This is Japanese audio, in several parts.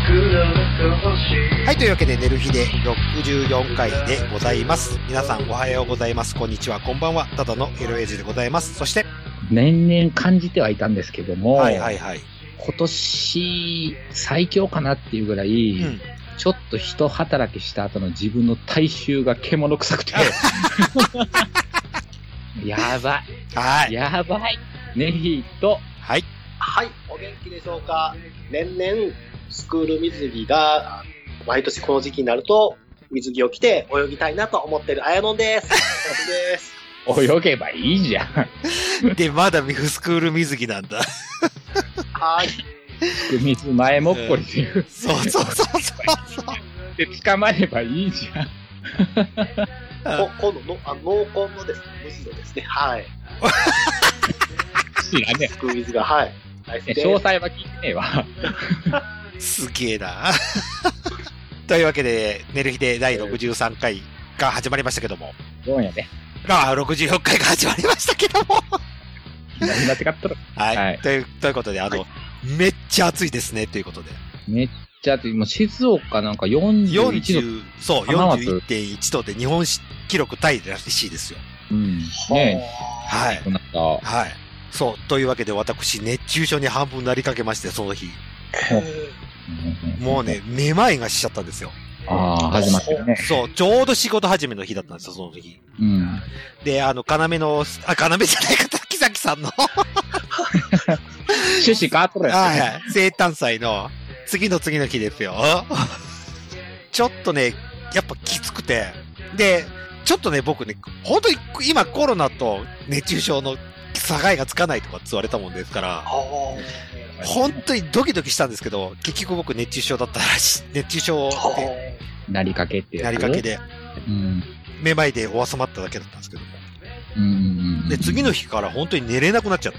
はい、というわけで寝る日で64回でございます。皆さんおはようございます。こんにちは、こんばんは。ただのエロエイジでございます。そして年々感じてはいたんですけども、 はいはいはい。 今年最強かなっていうぐらい、ちょっと一働きした後の自分の体臭が獣臭くてやばい。 はい。 やばい。ネヒと、 はい。 はい、お元気でしょうか。年々スクール水着が毎年この時期になると水着を着て泳ぎたいなと思ってるあやのんです。 泳げばいいじゃん。 で、まだスクール水着なんだ。 はい。 水前もっこりっていう。 そうそうそうそう。 で、捕まればいいじゃん。 今度の濃紺のですね、無地のですね、はい。 知らねえ。 スクール水が、はい。 詳細は聞いてねえわ。 すげえな。というわけで、寝る日で第63回が始まりましたけども。 そうやね。 64回が始まりましたけども。 今ってかっとる。 はい。 はい、 ということで、めっちゃ暑いですね、ということで。 めっちゃ暑い。もう静岡なんか41度。 そう、41.1 度で日本記録タイらしいですよ。 うん。ねえ。はい。はい。そう。というわけで私、熱中症に半分なりかけまして、その日。もうね、めまいがしちゃったんですよ。 ああ、始まってるね。 そう、ちょうど仕事始めの日だったんですよ、その日。 うん。 で、要の、要じゃないか、木崎さんの趣旨変わっとるやつ。 はいはい。生誕祭の次の日ですよ。ちょっとね、やっぱきつくて。で、ちょっとね、僕ね、本当に今コロナと熱中症の境がつかないとか言われたもんですから、本当にドキドキしたんですけど、結局僕熱中症だったらしい。熱中症で。 なりかけっていう。 なりかけで。 うん。 めまいでお収まっただけだったんですけども。 うん。 で、次の日から本当に寝れなくなっちゃった。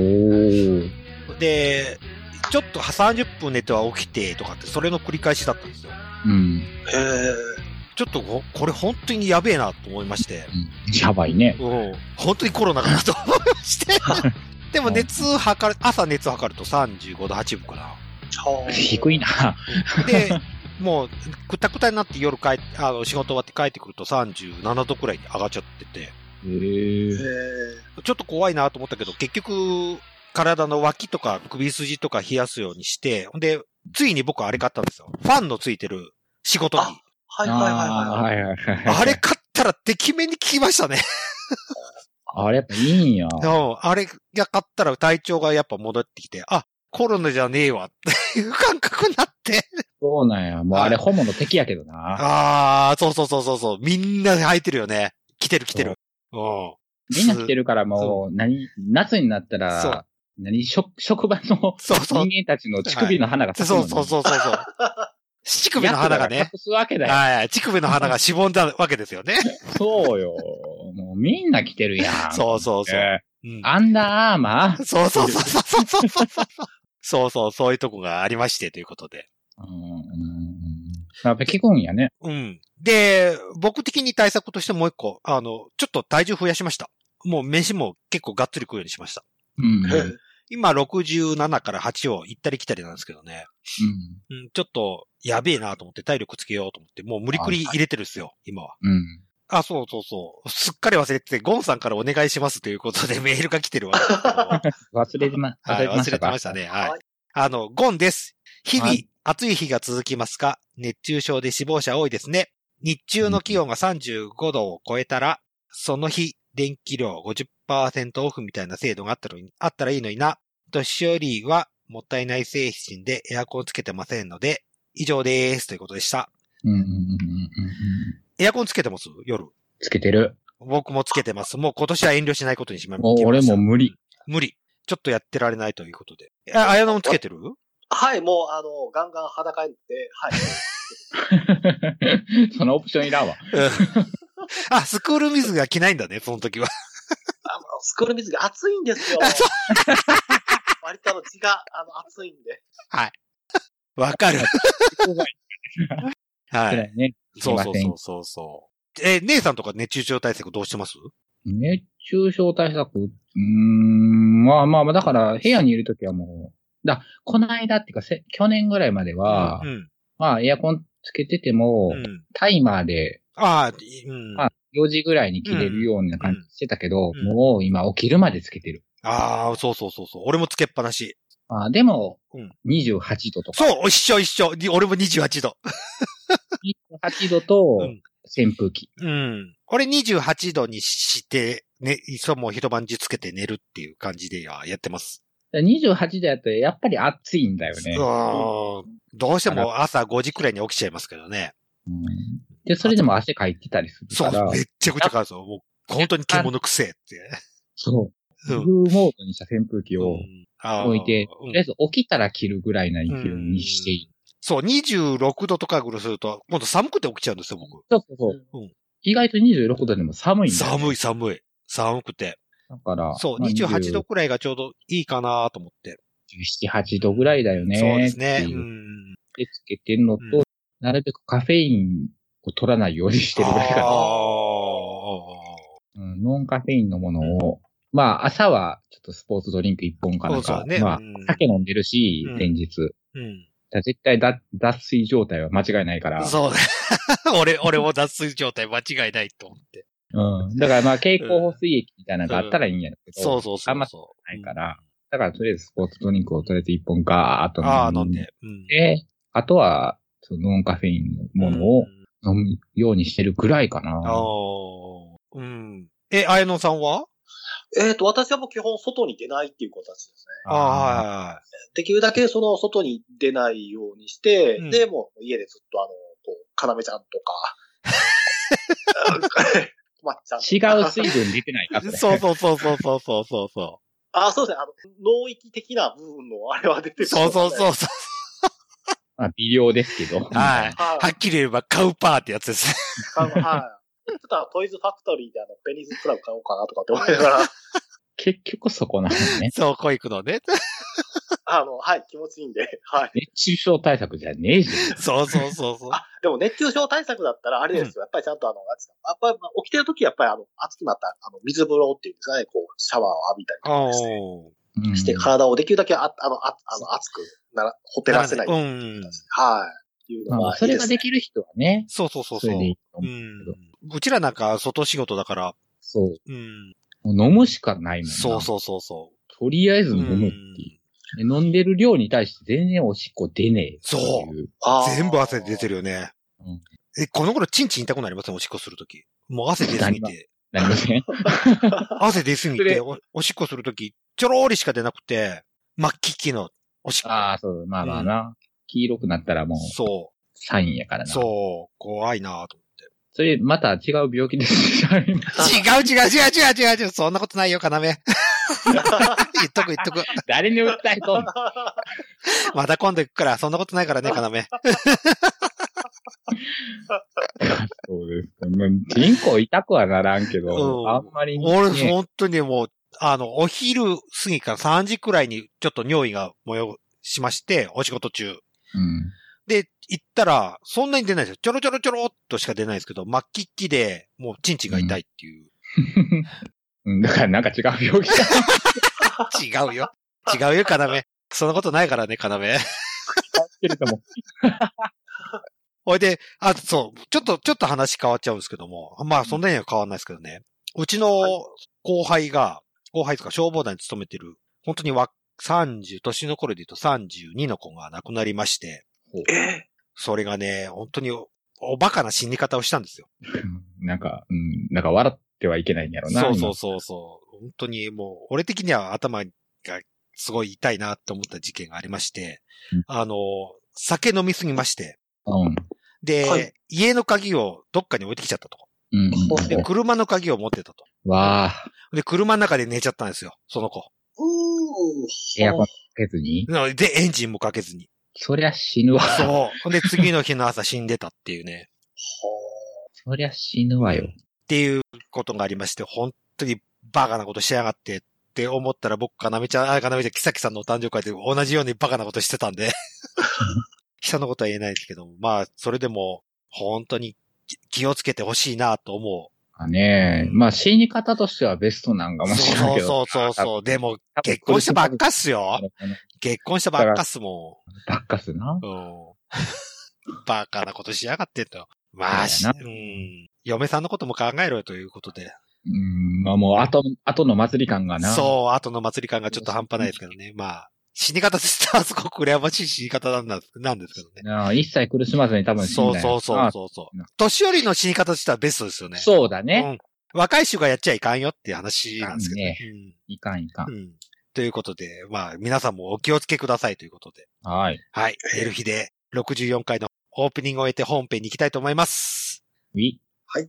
で、ちょっと30分寝ては起きてとかって、それの繰り返しだったんですよ。 うん。 ちょっとこれ本当にやべえなと思いまして。 やばいね。 本当にコロナかなと思いまして。でも朝熱測ると35度8分かな。 低いな。 で、もう、くたくたになって仕事終わって帰ってくると37度くらいに上がっちゃってて。ちょっと怖いなと思ったけど、結局、体の脇とか首筋とか冷やすようにして、で、ついに僕あれ買ったんですよ。ファンのついてる仕事着。 はい。 あれ買ったらてきめに効きましたね。 あれやっぱいいんや。 あれが買ったら体調がやっぱ戻ってきて、コロナじゃねえわっていう感覚になって。 そうなんや。もうあれ本物敵やけどな。 そう。みんな履いてるよね。来てる。 みんな来てるからもう、夏になったら、職場の人間たちの乳首の花が咲くの、 そう。乳首の花がね。 隠すわけだよ。 はい。乳首の花がしぼんだわけですよね。 そうよ。もうみんな来てるやん。 そう。 アンダーアーマーそういうとこがありましてということで。 やっぱ効くんやね。 で、僕的に対策としてもう一個、ちょっと体重増やしました。もう飯も結構がっつり食うようにしました。今67から8を行ったり来たりなんですけどね。ちょっとやべえなと思って体力つけようと思って、もう無理くり入れてるんですよ、今は。そう。すっかり忘れてて、ゴンさんからお願いしますということでメールが来てるわけですけど。 忘れてましたね。はい。ゴンです。日々、暑い日が続きますが、熱中症で死亡者多いですね。日中の気温が35度を超えたら、その日、電気量 50% オフみたいな制度があったらいいのにな。年寄りはもったいない精神でエアコンつけてませんので、以上です。ということでした。エアコンつけてます夜。 つけてる。 僕もつけてます。もう今年は遠慮しないことにしました。 俺も無理。 ちょっとやってられないということで。あやのもつけてる？ はい、もう、ガンガン裸になって、 はい。そのオプションいらんわ。 スクール水が着ないんだね、その時は。 スクール水が暑いんですよ。割と血が、暑いんで。 はい。わかる。はい。 ね。 そう。姉さんとか熱中症対策どうしてます？ 熱中症対策まあ、だから、部屋にいるときはもこの間っていうか、去年ぐらいまでは、まあ、エアコンつけてても、タイマーで、まあ、4時ぐらいに切れるような感じしてたけど、もう今起きるまでつけてる。 ああ、そう。俺もつけっぱなし。 でも、28度とか。 そう、一緒。俺も28度。 28度と、扇風機。 俺28度にして、ね、いつも一晩中つけて寝るっていう感じでやってます。 28度やとやっぱり暑いんだよね。 どうしても朝5時くらいに起きちゃいますけどね。 で、それでも汗かいてたりするから。 そう、めっちゃくちゃかいそう。もう本当に獣くせえって。 そう。フルモードにした扇風機を置いて、とりあえず起きたら切るぐらいな勢いにしていい。 そう、26度とかぐらいすると、今度寒くて起きちゃうんですよ、僕。 そう。意外と26度でも寒いんだよ、 ね。寒くて。 だから、 そう、28度くらいがちょうどいいかなと思って。 17、8度ぐらいだよね。 そうですね。 で、つけてんのと、なるべくカフェインを取らないようにしてるぐらいかな。ノンカフェインのものを、まあ、朝はちょっとスポーツドリンク1本かなんか、まあ、酒飲んでるし、前日。絶対脱水状態は間違いないから。 そうね。俺も脱水状態間違いないと思って。 だからまあ、経口補水液みたいなのがあったらいいんやけど。 そう。 あんまないから。だからとりあえずスポーツドリンクをとりあえず1本ガーッと飲んで。で、あとは、ノンカフェインのものを飲むようにしてるぐらいかな。 綾野さんは？ 私はもう基本外に出ないっていう形ですね。できるだけその外に出ないようにして、で、もう家でずっとかなめちゃんとか、まっちゃんとか。 違う水分出てないかって。 そう。 そうですね。脳域的な部分のあれは出てる。 そう。 微量ですけど。 はい。はっきり言えばカウパーってやつですね。 はい。ちょっとトイズファクトリーでペニスプラグ買おうかなとかって思いながら。 結局そこなのね。 そう、こう行くのね。 はい、気持ちいいんで。はい。 熱中症対策じゃねえじゃん。 そう。 でも熱中症対策だったらあれですよ。やっぱりちゃんとやっぱり起きてる時やっぱり暑くなったら水風呂っていうんですかね、こう、シャワーを浴びたりとかですね。して体をできるだけ熱くほてらせない。はい。いうのがそれができる人はね。 そう。それでいいと思うけど。うちらなんか外仕事だから。 そう。飲むしかないもんな。 そう。 とりあえず飲むっていう。飲んでる量に対して全然おしっこ出ねえ。 そう。全部汗出てるよね。この頃チンチン痛くなりますね、おしっこするとき。もう汗出すぎて。 なりません汗出すぎて、おしっこするとき、ちょろーりしか出なくて、真っ黄々のおしっこ。 そう。まあな。黄色くなったらもう。 そう。 サインやからな。 そう。怖いなと思って。 それ、また違う病気です。 違う。そんなことないよ、要。言っとく。 誰に訴えとんのまた今度行くから、そんなことないからね、要。 そうですか。人口痛くはならんけど、あんまり、 俺、本当にもう、お昼過ぎから3時くらいにちょっと尿意が催しまして、お仕事中。で、行ったら、そんなに出ないですよ。ちょろっとしか出ないですけど、末期期で、もう、チンチンが痛いっていう。 だからなんか違う病気だ。 違うよ、要。そんなことないからね、要。 けれども。 ほいで、そう、ちょっと話変わっちゃうんですけども、まあ、そんなには変わんないですけどね。うちの後輩とか消防団に勤めてる、本当に年の頃で言うと32の子が亡くなりまして、それがね、本当におバカな死に方をしたんですよ。 なんか笑ってはいけないんやろな。 そう。本当にもう、俺的には頭がすごい痛いなって思った事件がありまして、酒飲みすぎまして、で、家の鍵をどっかに置いてきちゃったと。で、車の鍵を持ってたと。で、車の中で寝ちゃったんですよ、その子。 エアコンかけずに？ で、エンジンもかけずに。 そりゃ死ぬわ。 そう。で、次の日の朝死んでたっていうね。 そりゃ死ぬわよ。 っていうことがありまして、本当にバカなことしやがってって思ったら僕、かなめちゃん、木崎さんのお誕生会で同じようにバカなことしてたんで。人のことは言えないですけど、まあ、それでも、本当に気をつけてほしいなと思う。 ね。まあ、死に方としてはベストなんかもしれないけど。 そう。でも、結婚したばっかっすよ。結婚したばっかっすもん。ばっかっすな。 バカなことしやがってんだよ。まあ、嫁さんのことも考えろよということで。 まあもう、後の祭り感がな。 そう、後の祭り感がちょっと半端ないですけどね。まあ、死に方としてはすごく羨ましい死に方なんですけどね。 一切苦しまずに多分死んだよ。 そう。年寄りの死に方としてはベストですよね。 そうだね。 若い人がやっちゃいかんよっていう話なんですけどね。 いかん。 ということで、まあ、皆さんもお気をつけくださいということで。 はい。 はい。寝る日で64回のオープニングを終えて本編に行きたいと思います。 はい。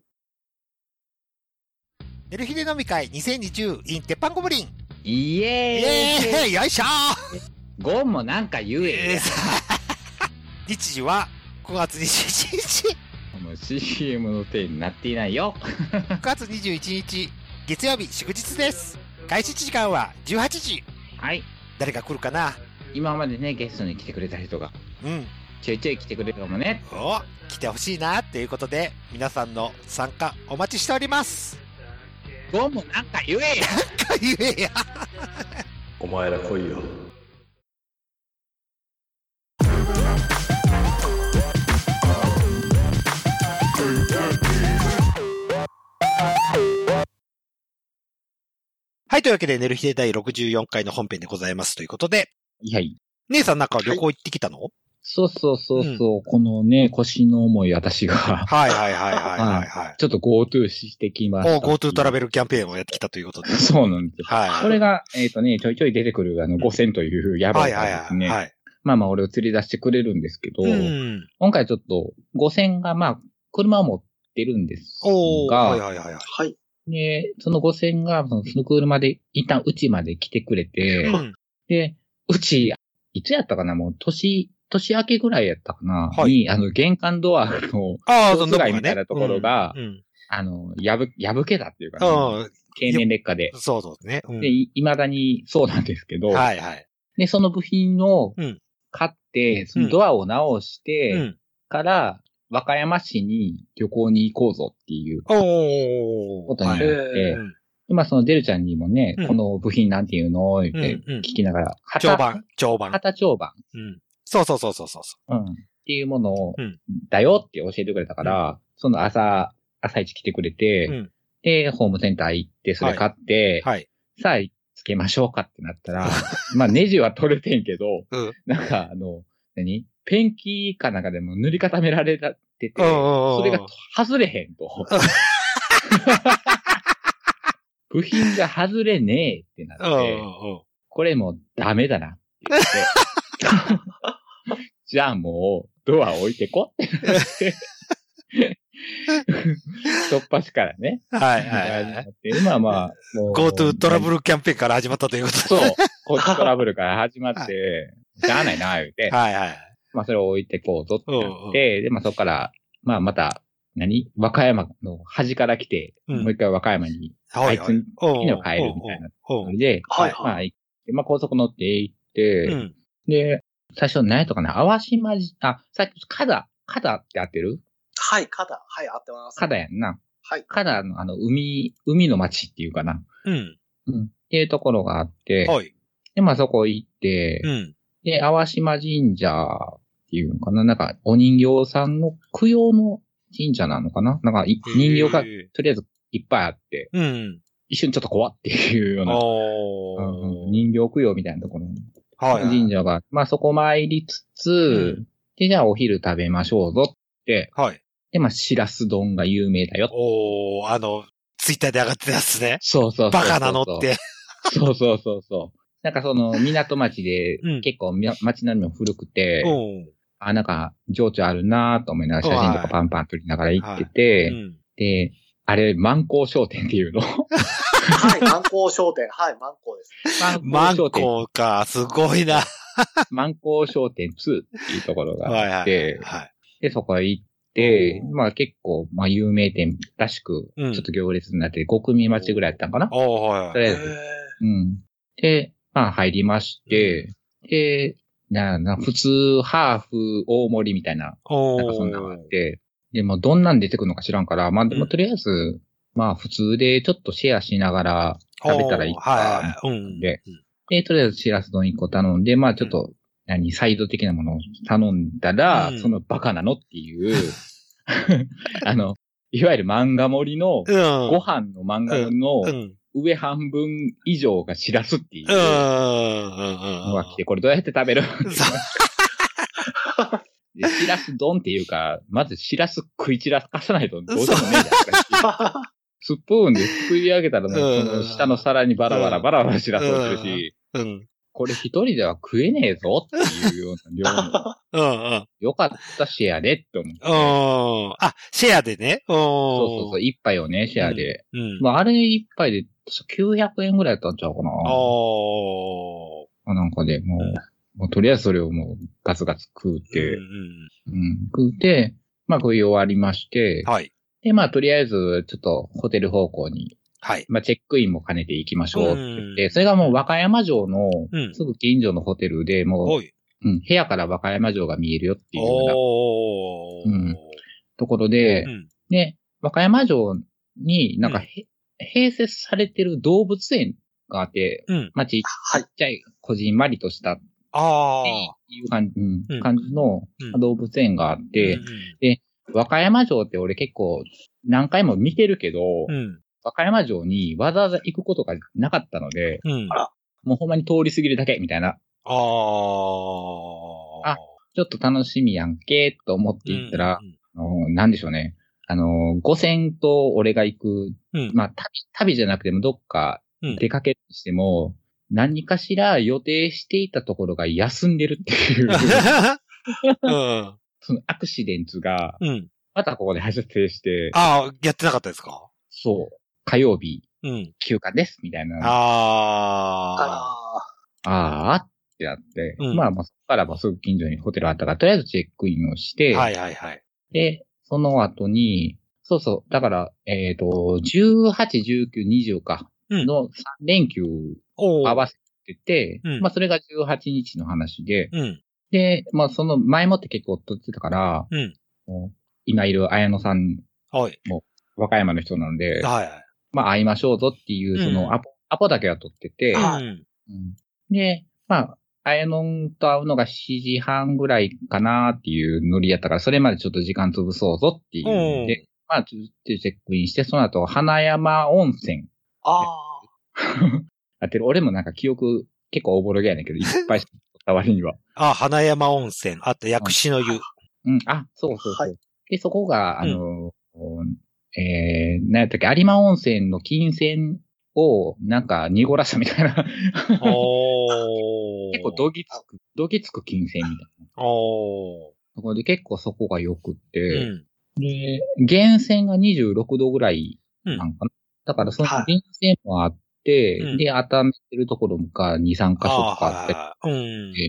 寝る日で飲み会2020 in 鉄板ゴブリン。 イエーイよいしょーゴンもなんか言え。 日時は9月21日。 もう CM の手になっていないよ。 9月21日、月曜日祝日です。開始時間は18時。 はい。 誰が来るかな？ 今までね、ゲストに来てくれた人が。ちょいちょい来てくれるかもね。 来てほしいなっていうことで、皆さんの参加お待ちしております。 ゴンもなんか言えや。 なんか言えや。 お前ら来いよ。 はい、というわけで、寝る日で第64回の本編でございますということで。 はい。 姉さんなんか旅行行ってきたの？ そう。このね、腰の重い私が。 はい。 ちょっと GoTo してきました。 GoTo トラベルキャンペーンをやってきたということで。 そうなんですよ。 はい。 これが、ちょいちょい出てくる5000というやばいですね。はい。まあ俺を釣り出してくれるんですけど、今回ちょっと5000がまあ、車を持ってるんですが、 はい。 で、その5000が、その車で、一旦うちまで来てくれて、で、うち、いつやったかなもう年明けぐらいやったかな、に、玄関ドアの、 そのみたいなところが、破けたっていうかね、経年劣化で。 そうですね。 で、未だにそうなんですけど、 はい。 で、その部品を買って、そのドアを直して、から、和歌山市に旅行に行こうぞっていうことになって、まあそのデルちゃんにもね、この部品なんていうのって聞きながら、 長板。 旗長板。 そう。 っていうものを、だよって教えてくれたから、その朝一来てくれて、で、ホームセンター行って、それ買って、さあ、つけましょうかってなったら、まあネジは取れてんけど、なんかペンキかなんかでも塗り固められてて、それが外れへんと。部品が外れねえってなって、これもうダメだなって言って、じゃあもうドア置いてこってなって、突破しからね。 はい。 今はまあ、 もう。GoTo トラブルキャンペーンから始まったということで。 そう。GoTo トラブルから始まって、しゃあないな、言うて。まあ、それを置いてこうぞってなって、で、まあ、そこから、まあ、また、和歌山の端から来て、もう一回和歌山に、あいつにを帰るみたいな感じで、まあ、高速乗って行って、で、最初何やったかな、淡島さっき、加田って合ってる？ はい、加田。はい、合ってます。 加田やんな。 はい。 加田の海の町っていうかな。っていうところがあって、で、まあ、そこ行って、で、淡島神社っていうのかな、なんか、お人形さんの供養の神社なのかな、なんか、人形がとりあえずいっぱいあって、一瞬ちょっと怖っていうような、人形供養みたいなところの神社が、まあそこ参りつつ、で、じゃあお昼食べましょうぞって、で、まあ、しらす丼が有名だよ。 ツイッターで上がってたやつね。 そう。 バカなのって。 そう。なんかその、港町で、結構街並みも古くて、なんか、情緒あるなぁと思いながら写真とかパンパン撮りながら行ってて、で、あれ、万光商店っていうのはい、万光商店。はい、万光です。 万光か、すごいな。 万光商店2っていうところがあって、で、そこへ行って、まあ結構、まあ有名店らしく、ちょっと行列になって5組待ちぐらいやったんかな。とりあえず。で、まあ入りまして、で、普通、ハーフ、大盛りみたいな、なんかそんなのがあって、でもどんなん出てくるのか知らんから、まあでもとりあえず、 まあ普通でちょっとシェアしながら食べたらいいかで、で、とりあえずしらす丼1個頼んで、まあちょっと、サイド的なものを頼んだら、そのバカなのっていう、いわゆる漫画盛りの、ご飯の漫画盛りの、上半分以上がしらすっていうのが来て、これどうやって食べるでしらす丼っていうか、まずしらす食い散らかさないとどうしてもねえじゃん。スプーンですくい上げたらもう、その下の皿にバラバラしらす落ちるし、これ一人では食えねえぞっていうような量の。よかったシェアでって思って。 あ、シェアでね。 そう、一杯をね、シェアで。まあ、あれ一杯で900円ぐらいだったんちゃうかな。なんかで、もうとりあえずそれをもうガツガツ食うて、食うて、まあ食い終わりまして、はい。で、まあとりあえずちょっとホテル方向に、はい。まあチェックインも兼ねて行きましょうって言って、それがもう和歌山城のすぐ近所のホテルで、もう、部屋から和歌山城が見えるよっていうような、ところで、で、和歌山城になんか併設されてる動物園があって、まあちっちゃいこじんまりとしたっていう感じの動物園があって、で、和歌山城って俺結構何回も見てるけど、和歌山城にわざわざ行くことがなかったので、もうほんまに通り過ぎるだけみたいな。ちょっと楽しみやんけと思って行ったら、なんでしょうね。五線と俺が行く、まあ旅じゃなくてもどっか出かけるにしても、何かしら予定していたところが休んでるっていう。そのアクシデントが、またここで発生して。 ああ、やってなかったですか？ そう。火曜日、休暇です、みたいな。ってなって。まあ、そこからすぐ近所にホテルあったから、とりあえずチェックインをして。で、その後に、だから、18、19、20か。の3連休合わせてて、まあそれが18日の話で、で、まあその前もって結構撮ってたから、今いる綾野さんも和歌山の人なので、まあ会いましょうぞっていうそのアポだけは撮ってて、で、まあ綾野と会うのが7時半ぐらいかなっていうノリやったから、それまでちょっと時間潰そうぞっていうので、まあチェックインして、その後花山温泉。俺もなんか記憶結構おぼろげやねんけど、いっぱいしった割には。 花山温泉。あと薬師の湯。 そう。で、そこが、何やったっけ、有馬温泉の金泉をなんか濁らしたみたいな。結構どぎつく金泉みたいな。そこで結構そこが良くって、で、源泉が26度ぐらいなんかな。だからその源泉もあって、で、温めてるところが2、3箇所とかあって、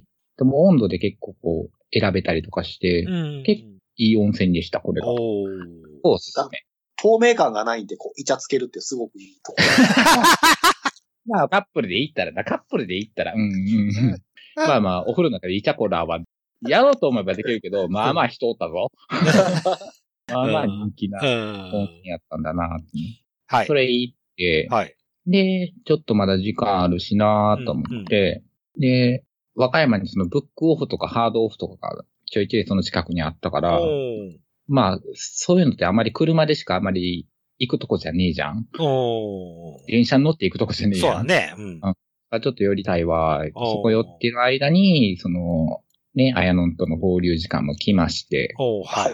でも温度で結構こう選べたりとかして、結構いい温泉でした、これが。そうですね。 透明感がないんで、こう、イチャつけるってすごくいいところ。 まあ、カップルで行ったら、まあまあ、お風呂の中でイチャコラは、やろうと思えばできるけど、まあまあ人おったぞ。まあまあ人気な温泉やったんだなって。はい。それ行って、はい。で、ちょっとまだ時間あるしなと思って、で、和歌山にそのブックオフとかハードオフとかがちょいちょいその近くにあったから、まあ、そういうのってあまり車でしかあまり行くとこじゃねえじゃん。電車に乗って行くとこじゃねえじゃん。 そうだね。 ちょっと寄りたいわ。そこ寄ってる間に、その、ね、綾野との合流時間も来まして、はい。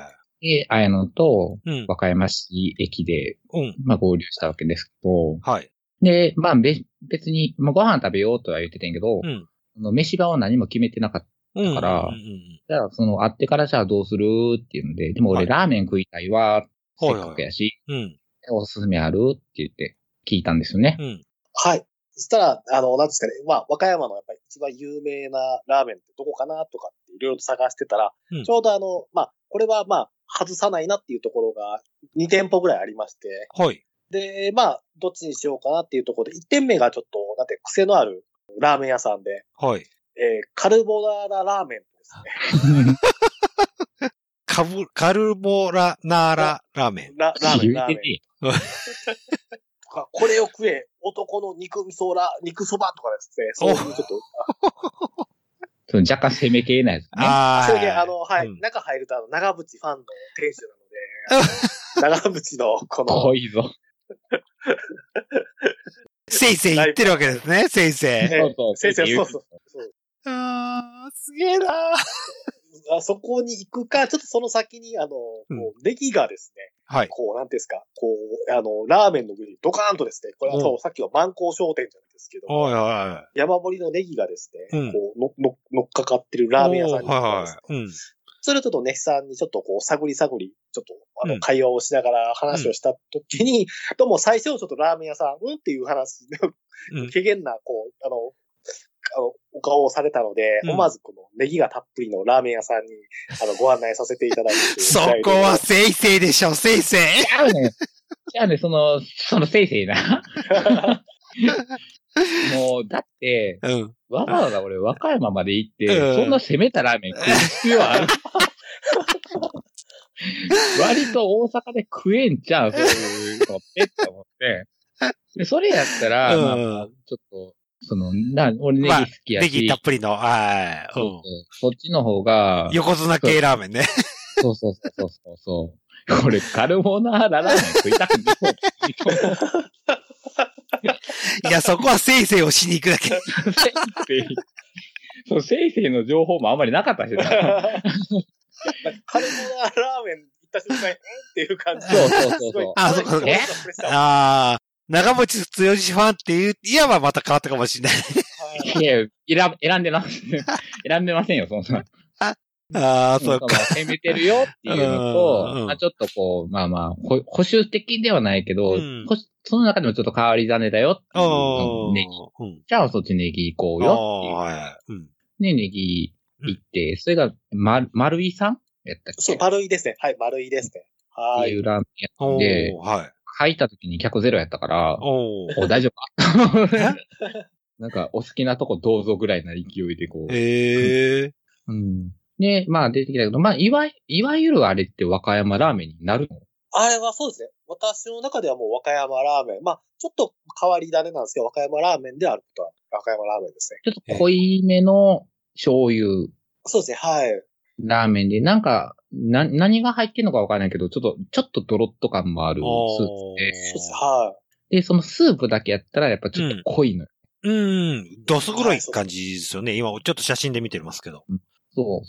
で、綾野と和歌山市駅で、まあ合流したわけですけど、はい。で、まあ別に、まあご飯食べようとは言ってたんやけど、飯場は何も決めてなかったから、じゃあその会ってからじゃあどうするっていうので、でも俺ラーメン食いたいわ、せっかくやし、おすすめあるって言って聞いたんですよね。 はい。そしたら、なんですかね、まあ、和歌山のやっぱり一番有名なラーメンってどこかなとかっていろいろと探してたら、ちょうどまあ、これはまあ、外さないなっていうところが2店舗ぐらいありまして、はい。で、まあ、どっちにしようかなっていうところで、1店目がちょっと、なんて、癖のあるラーメン屋さんで、はい。カルボナーララーメンですね。 カルボナーララーメン。 ラーメン。これを食え、男の肉そばとかですね。そういうちょっと。若干攻め系なやつね。 それで、はい。中入ると、長渕ファンの店主なので、長渕の、 遠いぞ。 せいせい言ってるわけですね、せいせい。 そう。すげえなそこに行くか、ちょっとその先に、ネギがですね、はい。なんていうんですか、ラーメンの上にドカーンとですね、これはさっきは万光商店じゃないですけど、山盛りのネギがですね、乗っかかってるラーメン屋さんに行くんです。それをちょっとネヒさんにちょっと探り、ちょっと会話をしながら話をした時に、どうも最初ちょっとラーメン屋さん、っていう話、軽減な、お顔をされたので、思わずこのネギがたっぷりのラーメン屋さんに、ご案内させていただいて。 そこはせいせいでしょ、せいせい。 じゃあね、そのせいせいな。もう、だって、わざわざ俺、和歌山まで行って、そんな攻めたラーメン食う必要ある割と大阪で食えんちゃう、そういうのって思って。で、それやったら、まあ、ちょっと、俺ネギ好きやし。 ネギたっぷりの、はい。 そっちの方が。 横綱系ラーメンね。 そう。これ、カルボナーララーメン食いたくない。 いや、そこはせいせいをしに行くだけ。 そう、せいせいの情報もあんまりなかったしな。 カルボナーラーメン行った瞬間、っていう感じ。 そう。 長渕剛ファンっていう、いわばまた変わったかもしれない。 いや、選んでませんよ、そんな。 そうか。 攻めてるよっていうのと、ちょっと保守的ではないけど、その中でもちょっと変わり種だよっていうネギ。じゃあそっちネギ行こうよっていう。ね、ネギ行って、それが、丸井さんやったっけ？ そう、丸井ですね。はい、丸井ですね。 はい。っていうラーメン屋で、入った時に客ゼロやったから、大丈夫かなんか、お好きなとこどうぞぐらいな勢いでこう。で、まあ出てきたけど、まあ、いわゆるあれって和歌山ラーメンになるの？ あれはそうですね。私の中ではもう和歌山ラーメン。まあ、ちょっと変わり種なんですけど、和歌山ラーメンであることは和歌山ラーメンですね。 ちょっと濃いめの醤油。 そうですね、はい。 ラーメンで、なんか、何が入ってんのかわからないけど、ちょっとドロッと感もあるスープで。 そうです、はい。 で、そのスープだけやったらやっぱちょっと濃いのよ。 どす黒い感じですよね。今ちょっと写真で見てますけど。 そう。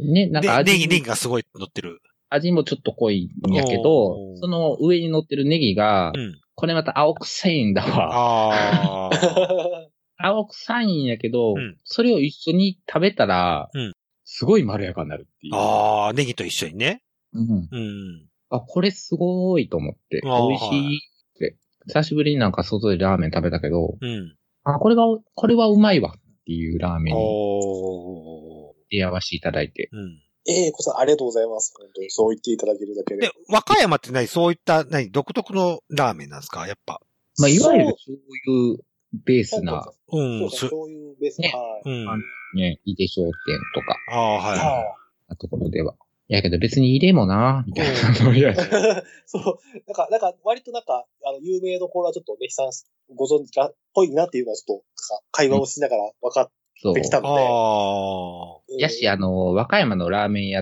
ね、なんかネギがすごい乗ってる。 味もちょっと濃いんやけど、その上に乗ってるネギが、これまた青臭いんだわ。青臭いんやけど、それを一緒に食べたら、すごいまろやかになるっていう。 ネギと一緒にね。 これすごいと思って、美味しいって。久しぶりになんか外でラーメン食べたけど、これはうまいわっていうラーメンに出会わせていただいて。 こそありがとうございます。本当にそう言っていただけるだけで。 で、和歌山ってそういった独特のラーメンなんですかやっぱ。 まあ、いわゆるそういうベースな。 そういうベースな。 ね、井出商店とか。 なところでは。いやけど別に井出もな、みたいな。そう。 なんか、割となんか、有名どころはちょっとね、ひさんご存知かっぽいなっていうのはちょっと、会話をしながら分かってきたので。 やし、和歌山のラーメン屋って、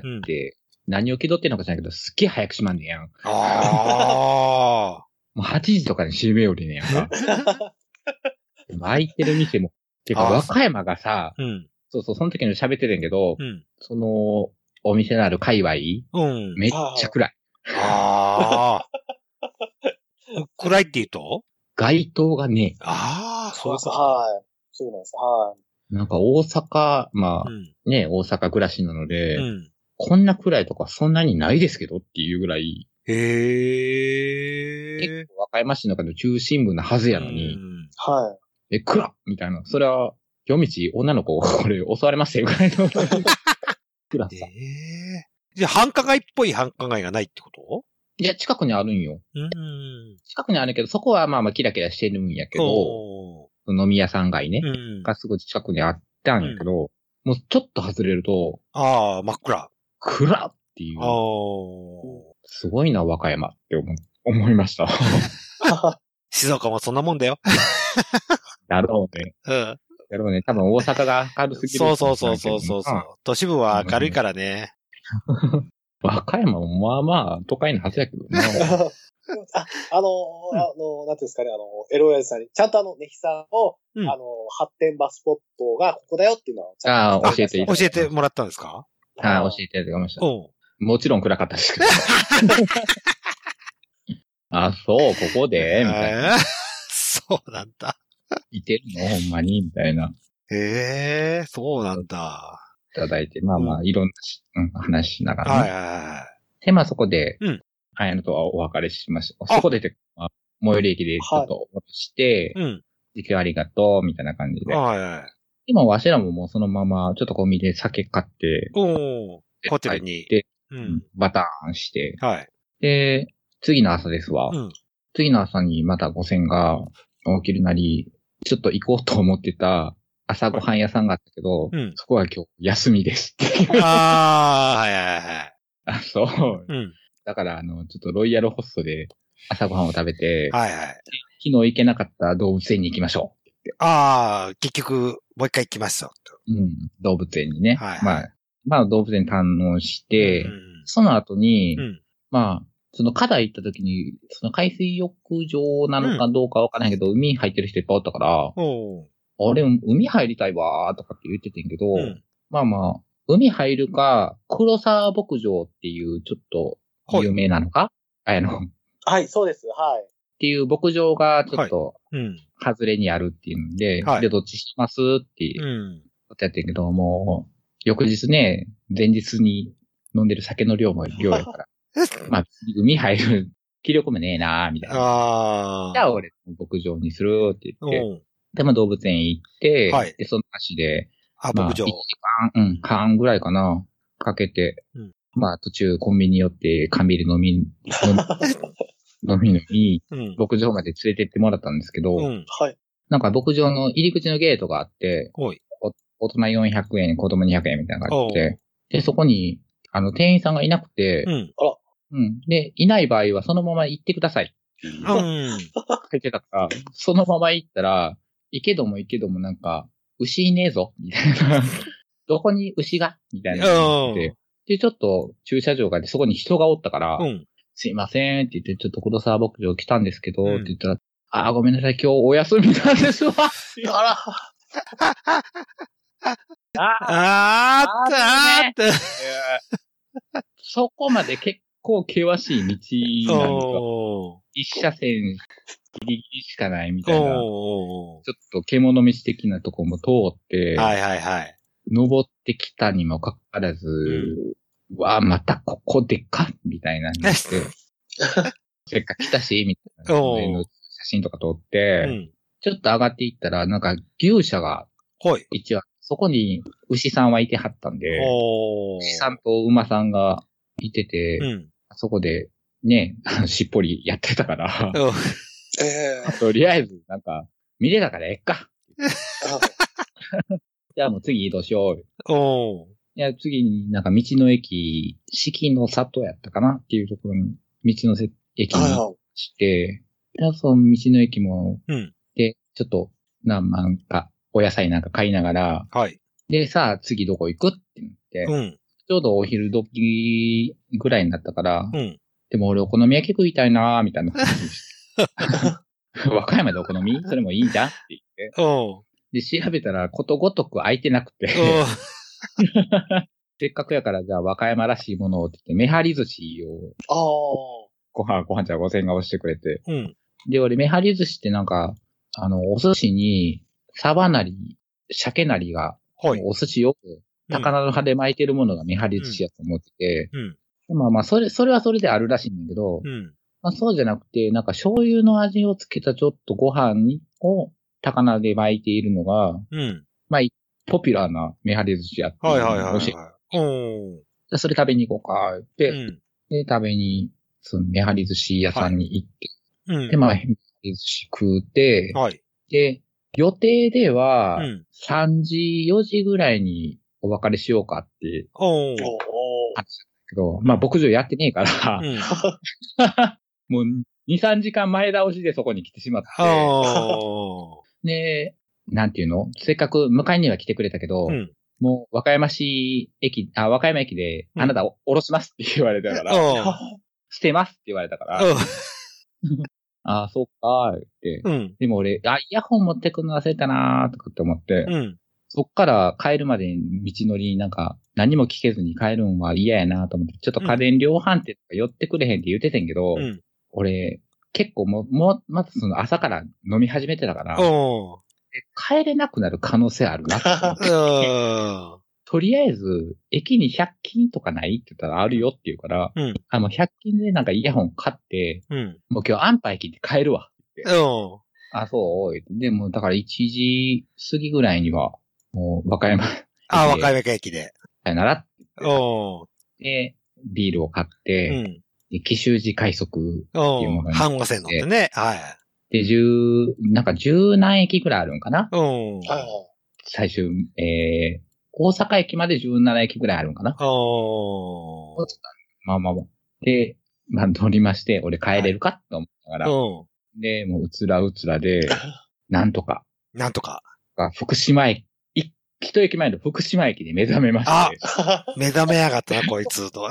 何を気取ってんのか知らないけど、すっげえ早く閉まんねやん。もう8時とかに閉めよりねやんか。空いてる店も。てか、和歌山がさ、そう、その時に喋ってたんやけど、その、お店のある界隈、めっちゃ暗い。 暗いって言うと街灯がね。 そうです。はい。そうなんです。はい。 なんか大阪、まあ、ね、大阪暮らしなので、こんな暗いとかそんなにないですけどっていうぐらい。結構和歌山市の中の中心部なはずやのに、暗っみたいな。それは、夜道、女の子、これ、襲われましたよ、ぐらいの。暗さ。 じゃあ、繁華街っぽい繁華街がないってこと？ いや、近くにあるんよ。近くにあるけど、そこはまあキラキラしてるんやけど、飲み屋さん街ね、がすぐ近くにあったんやけど、もうちょっと外れると、 真っ暗。 暗っっていう。すごいな、和歌山って思いました。 静岡もそんなもんだよ。 だろうね。 うん。 だろうね。多分大阪が明るすぎる。 そう。都市部は明るいからね。 和歌山もまあまあ都会のはずやけどな。 なんていうんですかね、LOS さんに、ちゃんとネヒさんを、発展場スポットがここだよっていうのを教えてもらったんですか？ 教えていただきました。もちろん暗かったですけど。そう、ここでみたいな。 そうなんだ。 いてるのほんまにみたいな。 へえ、そうなんだ。 いただいて、まあまあ、いろんな話しながらね。 はい。 で、まあそこで、綾野とはお別れしました。そこで、最寄り駅でちょっと落として、時給ありがとう、みたいな感じで。今、わしらももうそのまま、ちょっとコンビニで酒買って、 ホテルに。 バターンして、で、次の朝ですわ。次の朝にまた5000が起きるなり、ちょっと行こうと思ってた朝ごはん屋さんがあったけど、そこは今日休みですって。そう。だから、ちょっとロイヤルホストで朝ごはんを食べて、昨日行けなかった動物園に行きましょうって。 結局、もう一回行きましょう。動物園にね。まあ動物園堪能して、その後に、まあ、その課題行った時に、その海水浴場なのかどうかわからないけど、海入ってる人いっぱいおったから、あれ、海入りたいわーとかって言っててんけど、まあまあ、海入るか、黒沢牧場っていうちょっと有名なのか、 はい、そうです。はい。 っていう牧場がちょっと、外れにあるっていうんで、で、どっちしますっていうことやってんけど、もう、翌日ね、前日に飲んでる酒の量やから。まあ、海入る気力もねえなーみたいな。じゃあ俺、牧場にするって言って。で、まあ動物園行って、で、その足で、 牧場。 1時間、半ぐらいかな、かけて、まあ途中コンビニ寄って缶ビール飲み、牧場まで連れてってもらったんですけど、なんか牧場の入り口のゲートがあって、大人400円、子供200円みたいなのがあって、で、そこに、店員さんがいなくて、で、いない場合はそのまま行ってください。書いてたから、そのまま行ったら、行けどもなんか、牛いねえぞみたいな。どこに牛がみたいなで。で、ちょっと駐車場があって、そこに人がおったから、すいませんって言って、ちょっと黒沢牧場来たんですけど、って言ったら、ごめんなさい、今日お休みなんですわ。そこまで結構険しい道なんですよ。一車線ギリギリしかないみたいな。ちょっと獣道的なとこも通って、登ってきたにもかかわらず、またここでかみたいなんで。せっかく来たし、みたいな。写真とか撮って、ちょっと上がっていったら、なんか牛舎が、一応、そこに牛さんはいてはったんで、牛さんと馬さんがいてて、そこでね、しっぽりやってたから、とりあえず、なんか、見れたからえっか。じゃあもう次移動しよう。いや、次になんか道の駅、四季の里やったかなっていうところに、道の駅にして、その道の駅も、で、ちょっと、なんか、お野菜なんか買いながら、で、さあ次どこ行くって言って、ちょうどお昼時ぐらいになったから、でも俺お好み焼き食いたいなーみたいな話和歌山でお好みそれもいいじゃんって言って。で、調べたらことごとく空いてなくて。せっかくやからじゃあ和歌山らしいものをって言って、めはり寿司を、ご飯じゃあ5000円が押してくれて。で、俺めはり寿司ってなんか、お寿司に、サバなり、鮭なりが、お寿司よく、高菜の葉で巻いてるものがめはり寿司やと思ってて、まあ、それはそれであるらしいんだけど、まあそうじゃなくて、なんか醤油の味をつけたちょっとご飯を高菜で巻いているのが、まあ、ポピュラーなめはり寿司やって教えて、それ食べに行こうかって、で、食べに、そのめはり寿司屋さんに行って、で、まあ、めはり寿司食うて、で、予定では、3時、4時ぐらいにお別れしようかって、 けど、まあ牧場やってねえから、もう2、3時間前倒しでそこに来てしまって、で、なんていうの？せっかく迎えには来てくれたけど、もう和歌山駅で、あなた降ろしますって言われたから、捨てますって言われたから、ああ、そっかーって。でも俺、イヤホン持ってくるの忘れたなーとかって思って、そっから帰るまで道のりなんか何も聞けずに帰るんは嫌やなと思って、ちょっと家電量販店とか寄ってくれへんって言っててんけど、俺、結構まずその朝から飲み始めてたから、帰れなくなる可能性あるなって思って。とりあえず、駅に100均とかないって言ったらあるよって言うから、もう100均でなんかイヤホン買って、もう今日安牌駅で帰るわって。あ、そうでもだから1時過ぎぐらいには、もう和歌山駅で。 和歌山駅で。 さよならって言って。で、ビールを買って、で紀州路快速っていうものに。 阪和線乗ってね。はい。 で、なんか10何駅ぐらいあるんかな。最終、大阪駅まで17駅ぐらいあるんかな。まあ。で、まあ乗りまして、俺帰れるかと思ったから。で、もううつらで、なんとか。福島駅、一駅前の福島駅で目覚めまして。 目覚めやがったな、こいつと。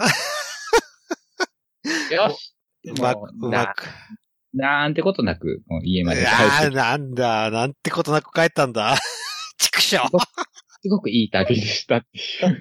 よし。 うまく。 なんてことなく、もう家まで帰って。 なんてことなく帰ったんだ。畜生。 すごくいい旅でしたっていう。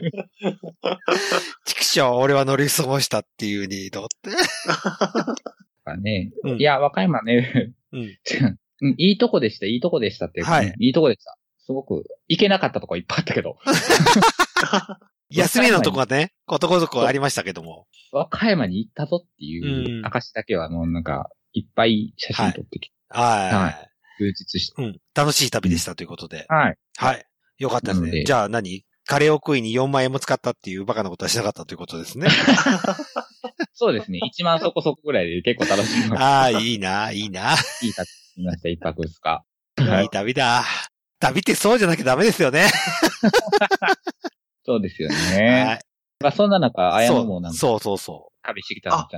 畜生、俺は乗り過ごしたっていうに、どうって。 ね、いや、和歌山ね、いいとこでしたっていう、いいとこでした。すごく、行けなかったとこいっぱいあったけど。 休みのとこがね、ことごとくありましたけども。 和歌山に行ったぞっていう証だけは、なんか、いっぱい写真撮ってきて。充実して。 楽しい旅でしたということで。 はい。 よかったですね。じゃあカレーを食いに4万円も使ったっていうバカなことはしなかったということですね。 そうですね。1万そこそこぐらいで結構楽しみました。 いいな。いい旅しました、1泊2日。 いい旅だ。旅ってそうじゃなきゃダメですよね。 そうですよね。まあそんな中、綾野もなんか。 そう。 旅してきたんじゃん。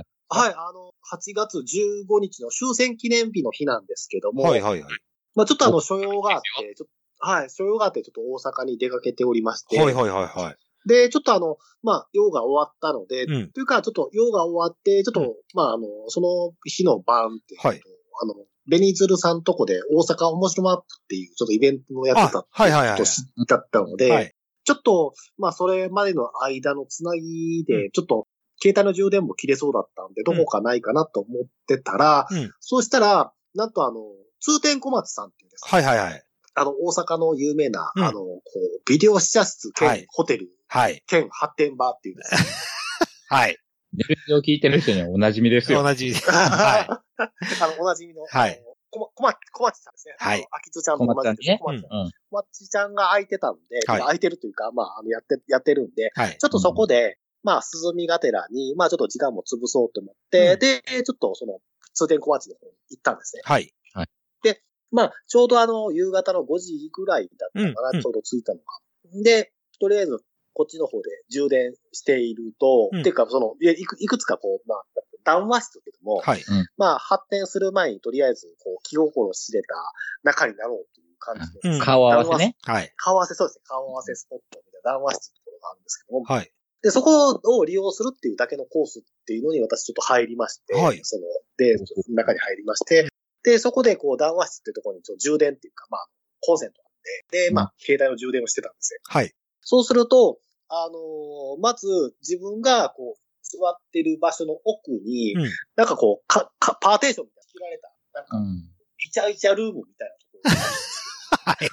8月15日の終戦記念日の日なんですけども。 はい。 まあちょっと所用があって、所用があってちょっと大阪に出かけておりまして。 はい。 で、ちょっと用が終わったので、というかちょっと用が終わって、ちょっと、その日の晩っていうと、ベニズルさんとこで大阪面白マップっていうちょっとイベントをやってた年だったので、ちょっと、それまでの間のつなぎで、ちょっと、携帯の充電も切れそうだったんで、どこかないかなと思ってたら、そうしたら、なんと通天小松さんっていうんですか。大阪の有名な、ビデオ試写室兼ホテル、兼発展場っていうんです。 レベルを聞いてる人にはお馴染みですよ。 お馴染み。 お馴染みの。小町さんですね。秋津ちゃんと同じです。小町ちゃんが空いてたんで、空いてるというか、やってるんで、ちょっとそこで、涼みがてらに、ちょっと時間も潰そうと思って、で、ちょっと通天小町の方に行ったんですね。で、ちょうど夕方の5時ぐらいだったかな、ちょうど着いたのが。で、とりあえず、こっちの方で充電していると、っていうか、いくつか談話室けども、発展する前にとりあえず、気心知れた仲になろうという感じで。 顔合わせね。 顔合わせ、そうですね。顔合わせスポットみたいな談話室っていうところがあるんですけども、で、そこを利用するっていうだけのコースっていうのに私ちょっと入りまして、中に入りまして、で、そこで談話室っていうところに充電っていうか、コンセントがあって、で、携帯の充電をしてたんですよ。そうすると、まず自分が座ってる場所の奥に、なんかパーテーションみたいな切られた、なんか、イチャイチャルームみたいなところがあるんです。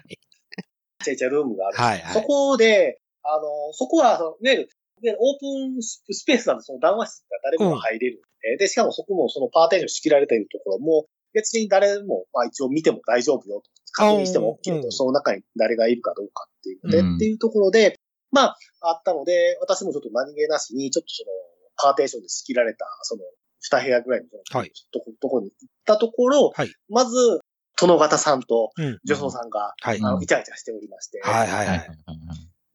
イチャイチャルームがあるんです。そこで、そこは、いわゆるオープンスペースなんで、その談話室が誰もが入れる。で、しかもそこもそのパーテーション仕切られているところも、別に誰も、一応見ても大丈夫よと。確認しても OK と。その中に誰がいるかどうかっていうので、っていうところで、あったので、私もちょっと何気なしに、ちょっとパーテーションで仕切られた、2部屋ぐらいのところに行ったところ、まず、殿方さんと女装さんが、イチャイチャしておりまして、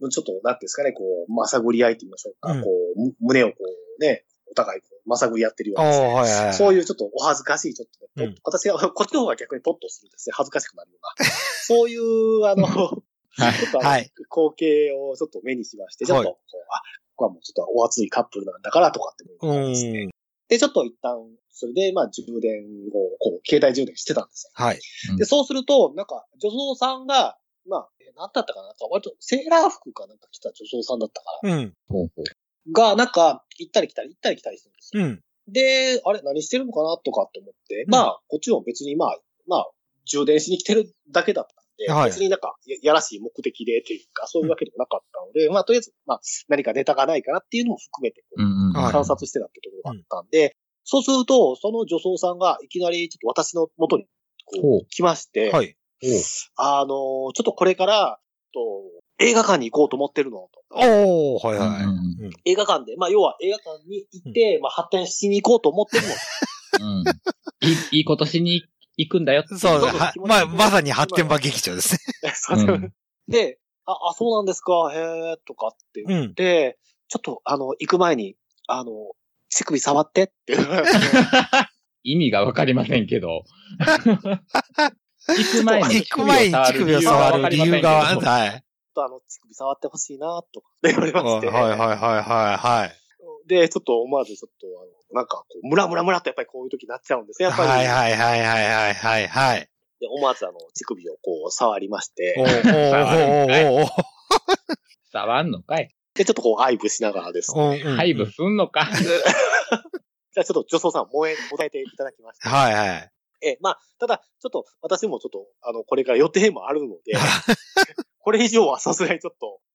ちょっと、なんていうんですかね、こう、まさぐり合いと言いましょうか、こう、胸をこうね、お互いこうまさぐり合ってるようなですね、はいはいはい、そういうちょっとお恥ずかしい、ちょっとね、私が、こっちの方が逆にポッとするんですね、恥ずかしくなるような。そういう、ちょっと光景をちょっと目にしまして、ちょっとこう、ここはもうちょっとお熱いカップルなんだからとかって思ったんですね。で、ちょっと一旦、それで、充電を、こう、携帯充電してたんですよ。はい。で、そうすると、なんか、女装さんが、なんだったかな、なんか、割と、セーラー服かなんか着た女装さんだったから。が、なんか、行ったり来たりするんですよ。で、あれ、何してるのかなとかって思って、こっちも別に充電しに来てるだけだったんで、別になんか、やらしい目的でっていうか、そういうわけでもなかったので、とりあえず、何かネタがないかなっていうのも含めて、観察してたってところがあったんで、そうすると、その女装さんがいきなりちょっと私の元にこう来まして、はい、ちょっとこれから、映画館に行こうと思ってるのと。 はいはい。 映画館で、要は映画館に行って、発展しに行こうと思ってるの。 いいことしに行くんだよって。 そう、まさに発展場劇場ですね。で、そうなんですか、へーとかって言って、ちょっと、行く前に、乳首触ってって意味がわかりませんけど。行く前に乳首を触る理由が、はい。 ちょっと乳首触ってほしいなとか言われまして。 はい。 で、ちょっと思わずちょっと、なんかこう、ムラってやっぱりこういう時になっちゃうんですね、やっぱり。 はい。 で、思わず乳首をこう、触りまして。 触んのかい。 で、ちょっとこう、愛撫しながらですね。 愛撫すんのか。 じゃあちょっと女装さん、もえていただきました。 はい。 ただ、ちょっと、私もちょっと、これから予定もあるので、これ以上はさすがにちょっと、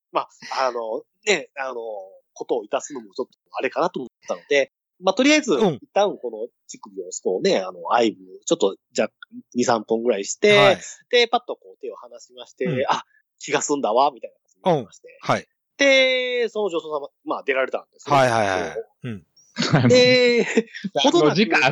ことをいたすのもちょっとあれかなと思ったので、とりあえず、一旦この乳首をこうね、愛撫、ちょっと、じゃあ、2、3本ぐらいして、で、パッとこう手を離しまして、気が済んだわ、みたいな感じになりまして。はい。で、その女装様、出られたんですね。 はい。 で、 ほどの時間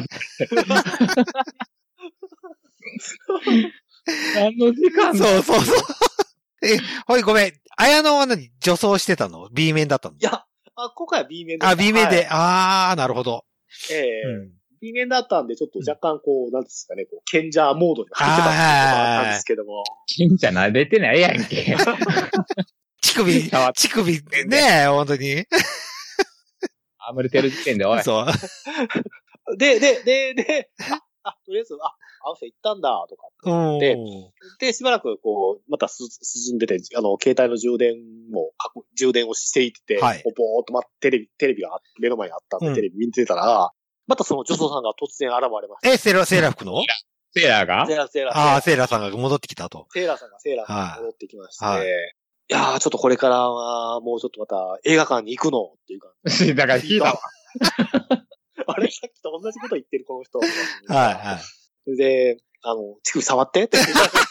何の時間そう。ほい、ごめん。綾野は何女装してたの ?B 面だったの？ いや、今回は B 面で。 B 面で。なるほど。 B 面だったんで、ちょっと若干こう、なんですかね、こう、賢者モードに入ってたってことがあったんですけども。 賢者慣れてないやんけ。 乳首ね本当に。 暴れてる時点で、おい。 そう。 で、とりあえず、あの人行ったんだ、とかってで、しばらくこう、また進んでて、携帯の充電をしていって、ぼーっとテレビが目の前にあったんで、テレビ見てたら、またその女装さんが突然現れました。 セーラー服のセーラーがセーラー。 セーラーさんが戻ってきたと。 セーラーさんが戻ってきまして、いやー、ちょっとこれからは、もうちょっとまた映画館に行くのっていう感じ。だから聞いたわ。 あれ、さっきと同じこと言ってる、この人。 はい。 で、乳首触ってって言って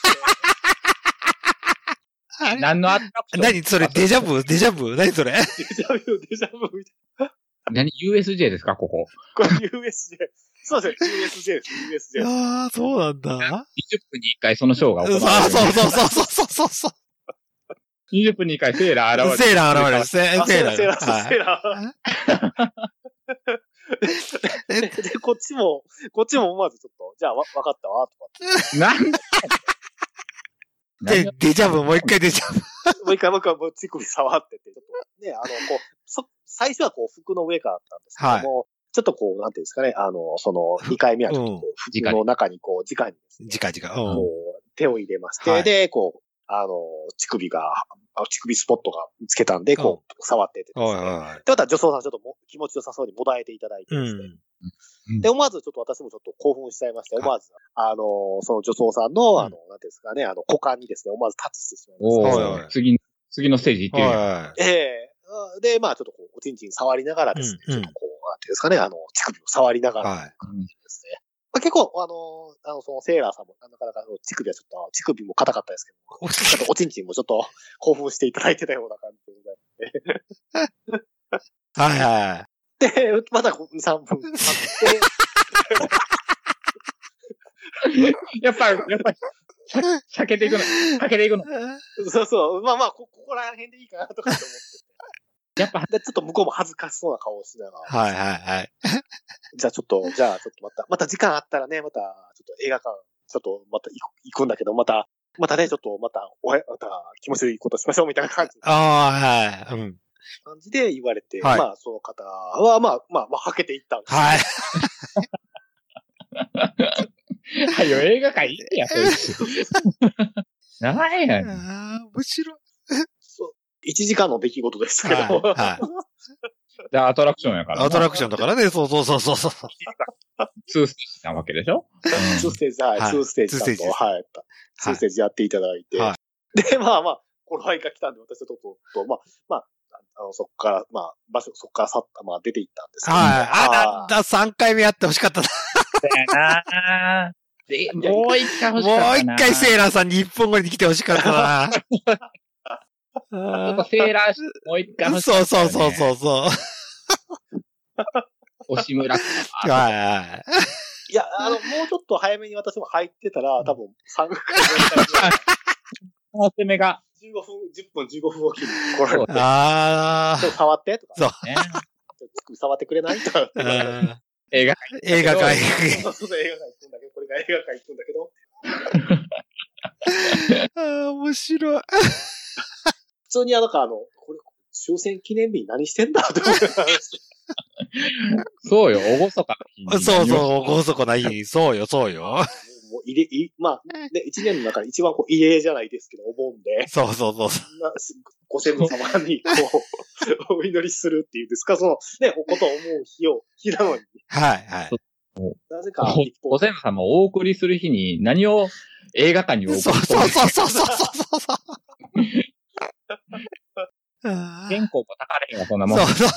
何のアトラクション？ 何それデジャブ何それデジャブみたいな。 何 ?USJ ですかここ。 これ USJ。そうですね。USJ です。 USJ。そうなんだ。20 分に1回そのショーが行われる。 そう。 20分に1回セーラー現れる。 セーラー現れる。セーラー。で、こっちも思わずちょっと、じゃあ、わかったわ、とか。 なんだデジャブ、もう一回デジャブ。 もう一回、乳首触ってて、ちょっと、ね、こう、最初はこう、服の上からだったんですけども、ちょっとこう、なんていうんですかね、その、2回目はちょっとこう、服の中にこう、直にですね。 直。 手を入れまして、で、こう、乳首スポットが見つけたんで、こう、触っててですね。で、また女装さんちょっと気持ちよさそうにもだえていただいてですね。で、思わずちょっと私もちょっと興奮しちゃいまして、思わず、その女装さんの、なんていうんですかね、股間にですね、思わずタッチしてしまいました。 次のステージ行ってみる。で、ちょっとこう、おちんちん触りながらですね、ちょっとこう、なんていうんですかね、乳首を触りながらですね。結構、そのセーラーさんも、なかなか乳首も硬かったですけど、ちょっとおちんちんもちょっと興奮していただいてたような感じでございます。で、また2、3分経って、 やっぱり、 避けていくの。 そうそう。まあまあ、ここら辺でいいかなとかって思って。やっぱ、ちょっと向こうも恥ずかしそうな顔をしながら。 はいはいはい。 じゃあちょっとまた時間あったらね、また、ちょっと映画館、ちょっとまた行くんだけど、またね、ちょっとまた気持ちいいことしましょうみたいな感じ。 ああ、はい。うん。 感じで言われて、はい、まあ、その方は、まあ、はけていったんです。 はい。 はい、映画館いいや、そいつ。長いやん。 ああ、面白い。 そう。1時間の出来事ですけど。はい。 で、アトラクションやから。 アトラクションだからね、そう。2ステージなわけでしょ ?2 ステージ、はい、2ステージ。はい。2ステージやっていただいて。はい、で、まあ、この間来たんで、私ちょっと、そっから、そっから出て行ったんですけど。 はい。3回目やってほしかったな。 で、もう一回欲しかったな。 もう一回セーラーさんに1本後に来てほしかったな。 ちょっとセーラーもう一回欲しかった、ね。 そう。 押村。 はい。 いや、もうちょっと早めに私も入ってたら、多分3回ぐらい。 攻めが。 10分15分おきに来られて。 ああ。 触ってとか。 そう。 触ってくれないとか。 映画館。映画館行くんだけど、これが映画館行くんだけど。 ああ、面白い。 普通にこれ、終戦記念日に何してんだって思ってた。 そうよ、おごそかな日。そう、おごそかな日に。そうよ。 もうまあ、ね、一年の中で一番異例じゃないですけど、お盆で。 そう。 ご先祖様に、お祈りするっていうんですか、ことを思う日なのに。 はい。 なぜか、 ご先祖様をお送りする日に何を映画館にお送りするそう。 原稿もたかれへんわ、そんなもん。 そう。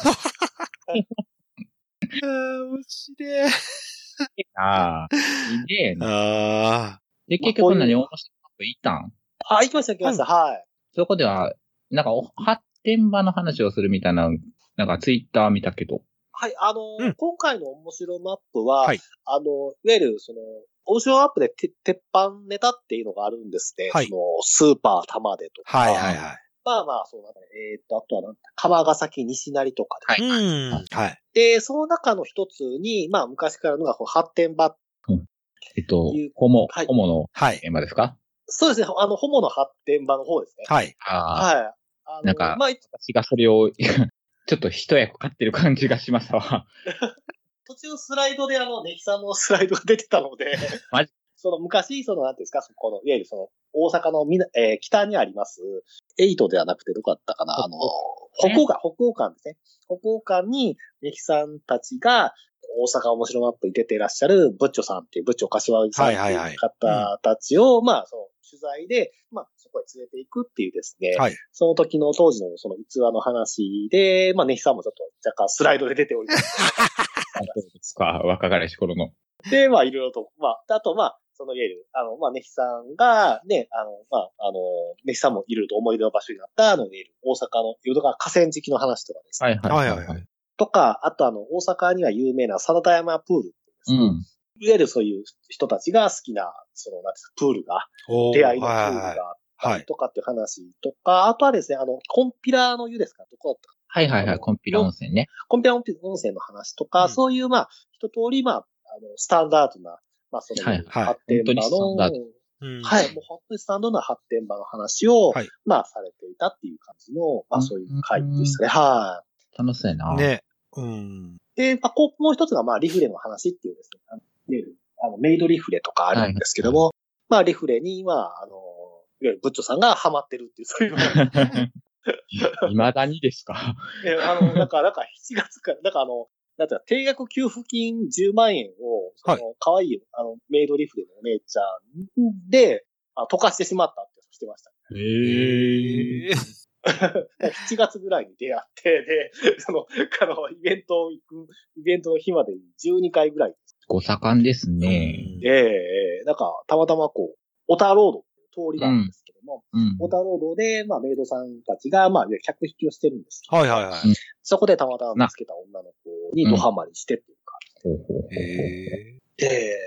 面白い。 ああ、いいね。で、結局何面白かった行ったん？ 行きました。はい。 そこでは、なんか、発展場の話をするみたいな、なんかツイッター見たけど。 はい、今回の面白マップは、いわゆる、面白マップで鉄板ネタっていうのがあるんですね。はい、スーパー玉でとか。 はい。 そうなんだね。あとは川ヶ崎西成とかで。はい。 で、その中の一つに、昔からのが発展場。 ホモの現場ですか？ そうですね。ホモの発展場の方ですね。 はい。 はい。 なんか、私がそれを、ちょっと一役買ってる感じがしますわ。 途中スライドでネヒさんのスライドが出てたので、昔、なんていうんですか、いわゆる大阪の北にあります、8ではなくてどこだったかな、北欧館ですね。北欧館に、ネヒさんたちが、大阪面白マップに出ていらっしゃる、ブッチョさんっていう、ブッチョ柏木さんっていう方たちを、取材で、そこへ連れて行くっていうですね、その時の当時のその逸話の話で、ネヒさんもちょっと若干スライドで出ております。 そうですか、若かりし頃の。 で、いろいろと、あと、いわゆる、ネヒさんが、ね、ネヒさんもいろいろと思い出の場所になった、大阪の淀川河川敷の話とかですね。 はい。 とか、あと大阪には有名な貞田山プールってですね。いわゆるそういう人たちが好きな、なんですか、プールが、出会いのプールがあったりとかっていう話とか、あとはですね、コンピラの湯ですか、どこだったか。 はい、コンピラ温泉ね。 コンピラ温泉の話とか、そういう、一通り、スタンダードな、発展場の、もう本当にスタンダードな発展場の話を、されていたっていう感じの、そういう回でしたね。はい。 楽しいな。 ね。 で、もう一つが、リフレの話っていうですね、メイドリフレとかあるんですけども、リフレに、いわゆるブッチョさんがハマってるっていう、そういう。 未だにですか？ なんか7月から、なんていうか、定額給付金10万円を、可愛い、メイドリフレのお姉ちゃんで、溶かしてしまったってしてました。7月ぐらいに出会って、で、イベントの日までに12回ぐらい。 ご盛んですね。 たまたまオタロードっていう通りがあるんですけども、オタロードで、メイドさんたちが、客引きをしてるんですけど、そこでたまたま見つけた女の子にドハマりしてっていうか。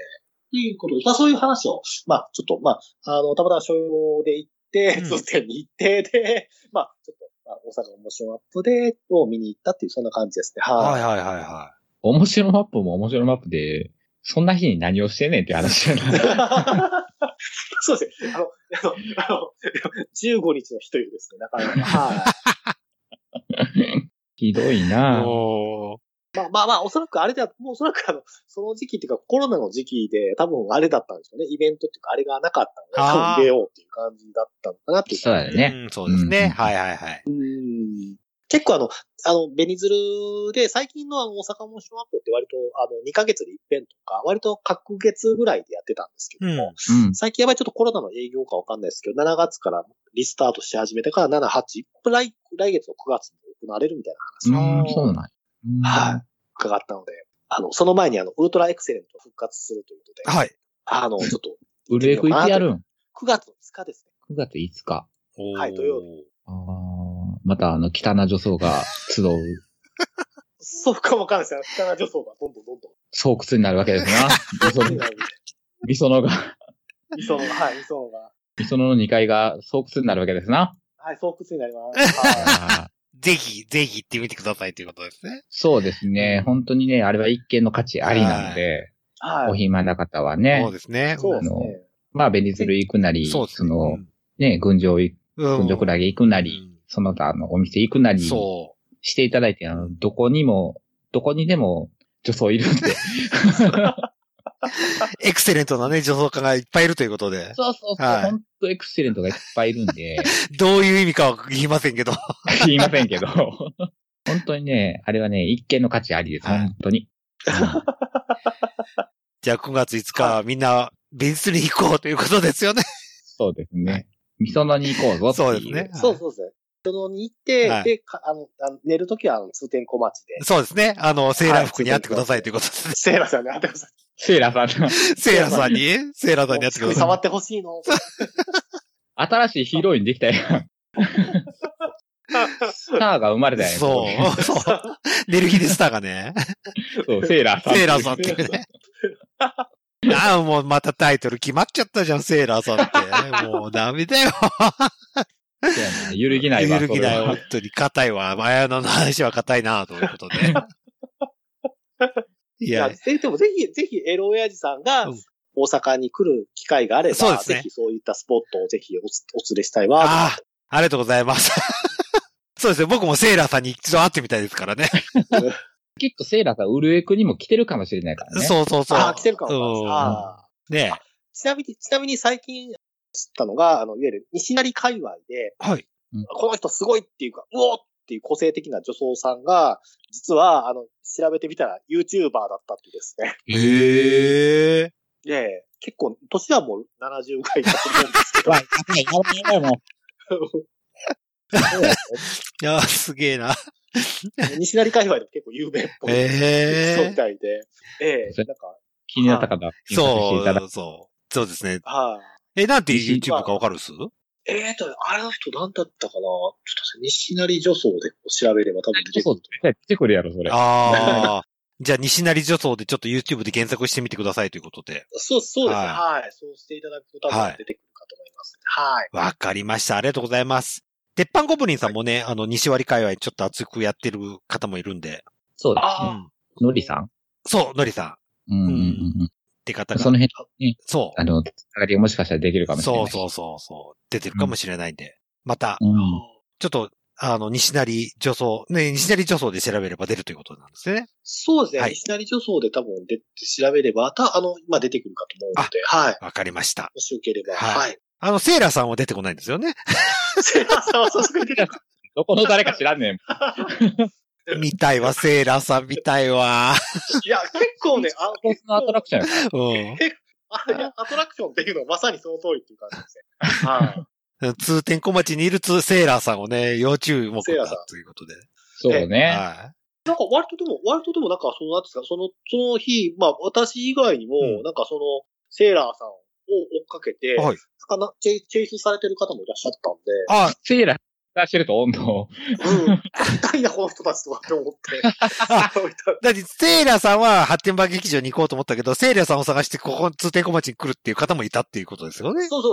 っていうことで、そういう話を、ちょっと、たまたま所用で行って、通店に行って、で、ちょっと、大阪面白マップで、を見に行ったっていう、そんな感じですね。 はいはいはいはい。 面白マップも面白マップで、そんな日に何をしてんねんって話じゃない。 そうですね。15日の日というですね、なかなか。はい。 ひどいなぁ。 おそらくあれだ、もうおそらくその時期っていうかコロナの時期で多分あれだったんですよね。イベントっていうかあれがなかったので、多分入れようっていう感じだったのかなっていう。 そうだよね。 そうですね。はいはいはい。 結構ベニズルで最近の大阪モーションアップって割と2ヶ月で一遍とか、割と各月ぐらいでやってたんですけども、最近やっぱりちょっとコロナの営業かわかんないですけど、7月からリスタートし始めてから7、8、来月の9月に行われるみたいな話。そうなん。 はい。伺ったので、その前にウルトラエクセレントを復活するということで。 はい。 ちょっと。 ウルエクいつやるん ?9 月の5日ですね。 9月5日。 はい、土曜日。 また汚な女装が集う。 そうかもわかんないですよ。汚な女装がどんどん。 巣窟になるわけですな。みそのが。 みそのが。 みそのの2階が巣窟になるわけですな。 はい、巣窟になります。 ぜひ行ってみてくださいということですね。 そうですね。本当にね、あれは一見の価値ありなので、お暇な方はね。 そうですね。 ベニズル行くなり、群青クラゲ行くなり、その他お店行くなり、していただいて、どこにでも女装いるんで。 エクセレントなね、女装家がいっぱいいるということで。 そう。本当エクセレントがいっぱいいるんで。 どういう意味かは言いませんけど。 言いませんけど。本当にね、あれはね、一見の価値ありです、本当に。 じゃあ9月5日、みんな、ベニズルに行こうということですよね。 そうですね。みそのに行こうぞっていう。 そうですね。そうですね。そのに行って、で、寝るときは通天小町で。 そうですね。セーラー服に会ってくださいということですね。 セーラーさんに会ってください。 セーラーさんに会ってください。 触ってほしいの。 新しいヒーロインできたよ。スターが生まれたよね。 そう。寝る日でスターがね。 そう、セーラーさんっていうね。もうまたタイトル決まっちゃったじゃん、セーラーさんって。もうダメだよ。 揺るぎないわ。 揺るぎない、本当に。硬いわ。マヤノの話は硬いな、ということで。 いや、でもぜひ、エロ親父さんが大阪に来る機会があれば、そうですね、ぜひそういったスポットをぜひお連れしたいわ。 ありがとうございます。そうですね、僕もセーラーさんに一度会ってみたいですからね。 きっとセーラーさん、ウルエクにも来てるかもしれないからね。 そう。 来てるかも。 ねえ。 ちなみに最近知ったのが、いわゆる西成界隈で、 はい。 この人すごいっていうか、うおーっていう個性的な女装さんが、実は、調べてみたら YouTuber だったっていうですね。 へー。 で、結構、年はもう70ぐらいだと思うんですけど。 いや、すげえな。 西成界隈でも結構有名っぽい。そうみたいで。なんか。 気になった方、 そうですね。なんていう YouTube かわかるっす？ あれの人何だったかな、ちょっと西成女装で調べれば多分出てくる。 出てくるやろ、それ。 じゃあ西成女装でちょっと YouTube で検索してみてくださいということで。 そうですね。はい。そうしていただくと多分出てくるかと思います。はい。 わかりました。ありがとうございます。鉄板ゴブリンさんもね、西割界隈ちょっと熱くやってる方もいるんで。 そうですね。のりさん？ そう、のりさん。って方が。 その辺に、 そう。 上がりもしかしたらできるかもしれない。 そう。出てるかもしれないんで。また、ちょっと、西成女装、ね、西成女装で調べれば出るということなんですね。 そうですね。西成女装で多分調べれば、出てくるかと思うので、はい。 わかりました。 もしよければ、はい。 セーラーさんは出てこないんですよね。 セーラーさんはさすがに出てこない。 どこの誰か知らんねん。 見たいわ、セーラーさん見たいわ。 いや、結構ね、 結構アトラクションやから。アトラクションっていうのはまさにその通りっていう感じですね。はい。 通天小町にいるセーラーさんをね、要注目だということで。 そうね。 はい。なんか割とでもなんかなんですか、その日、私以外にも、なんかセーラーさんを追っかけて、チェイスされてる方もいらっしゃったんで。 セーラー出してると温度。 痛いな、この人たちとかって思って。 だって、セーラーさんは発展場劇場に行こうと思ったけど、セーラーさんを探してここ、通天小町に来るっていう方もいたっていうことですよね。 そう。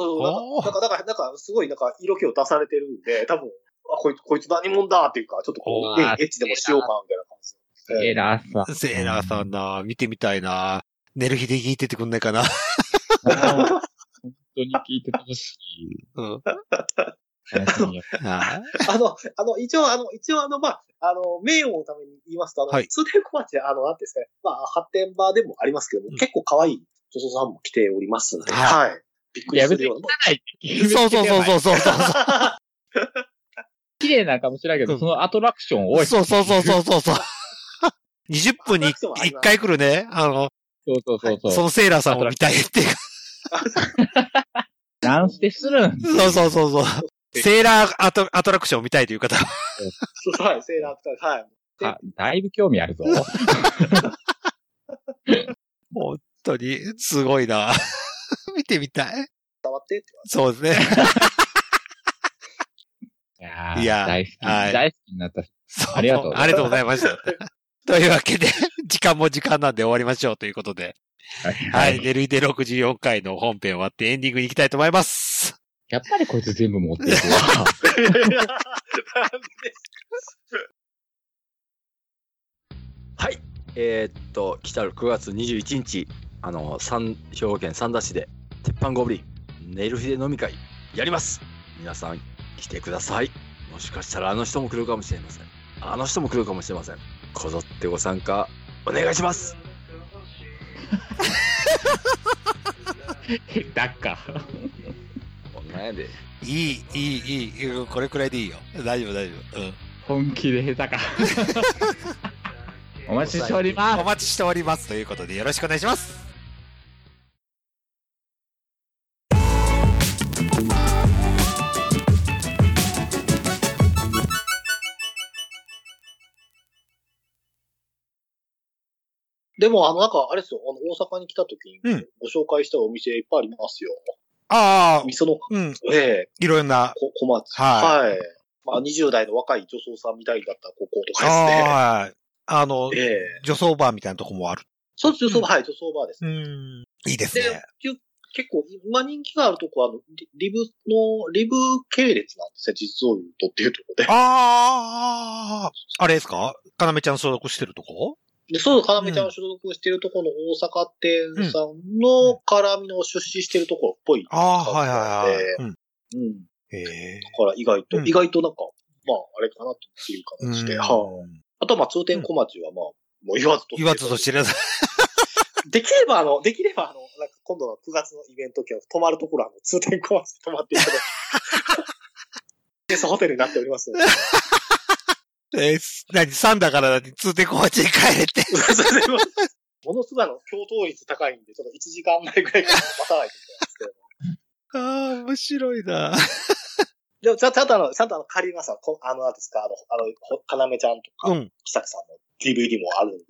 なんか、すごい色気を出されてるんで、多分、こいつ何者だっていうか、ちょっとこう、エッチでもしようか、みたいな感じ。 セーラーさん。 セーラーさんな、見てみたいな。寝る日で聞いててくんないかな。 本当に聞いててほしい。 一応名誉のために言いますと、通天小町、なんていうんですかね、発展場でもありますけども、結構可愛い女装さんも来ておりますので、はい。びっくりするような。そう。 綺麗なかもしれないけど、そのアトラクション多い。 そう。20分に1回来るね、 そう。 そのセーラーさんを見たいっていう。 なんしてするんそう。セーラーアトラクションを見たいという方。はい、 セーラーアトラクション、はい。 だいぶ興味あるぞ。 本当に、すごいな。見てみたい。 伝わってそうですね。 いや大好きになった。ありがとうございました。というわけで、時間も時間なんで終わりましょうということで。はい。寝る日で64回の本編終わってエンディングに行きたいと思います。 やっぱりこいつ全部持っていくわ。 はい。来たる9月21日、兵庫県三田市で、鉄板ゴブリン、寝る日で飲み会、やります。皆さん、来てください。もしかしたらあの人も来るかもしれません。あの人も来るかもしれません。こぞってご参加、お願いします。 だか。 こんなんやで。 いい。これくらいでいいよ。大丈夫。 本気で下手か。お待ちしております。 お待ちしておりますということでよろしくお願いします。 でも、あれですよ、大阪に来た時にご紹介したお店いっぱいありますよ。 ああ。 味噌の、 いろんな。 小町。はい。20代の若い女装さんみたいだったこことかですね。 はい。女装バーみたいなとこもある。 そうです、女装バーです。 いいですね。 結構、今人気があるとこは、リブ系列なんですね、実を言うとっていうところで。 あれですか？かなめちゃん所属してるとこ？ で、そう、かなめちゃん所属してるところの大阪店さんの絡みの出資してるところっぽい。 はい。 だから意外となんか、あれかなっていう形で。あとは通天小町はもう言わずと知らず。 できればなんか今度の9月のイベント期は泊まるところは通天小町で泊まっていただいて。ゲストホテルになっておりますので。 3だから通天小町に帰れて。 ものすごい共闘率高いんで、ちょっと1時間前くらいから待たないといけないんですけども。 面白いな。 でも、ちゃんと借りますわ。なんですか、かなめちゃんとか、きさくさんの DVD もあるんで。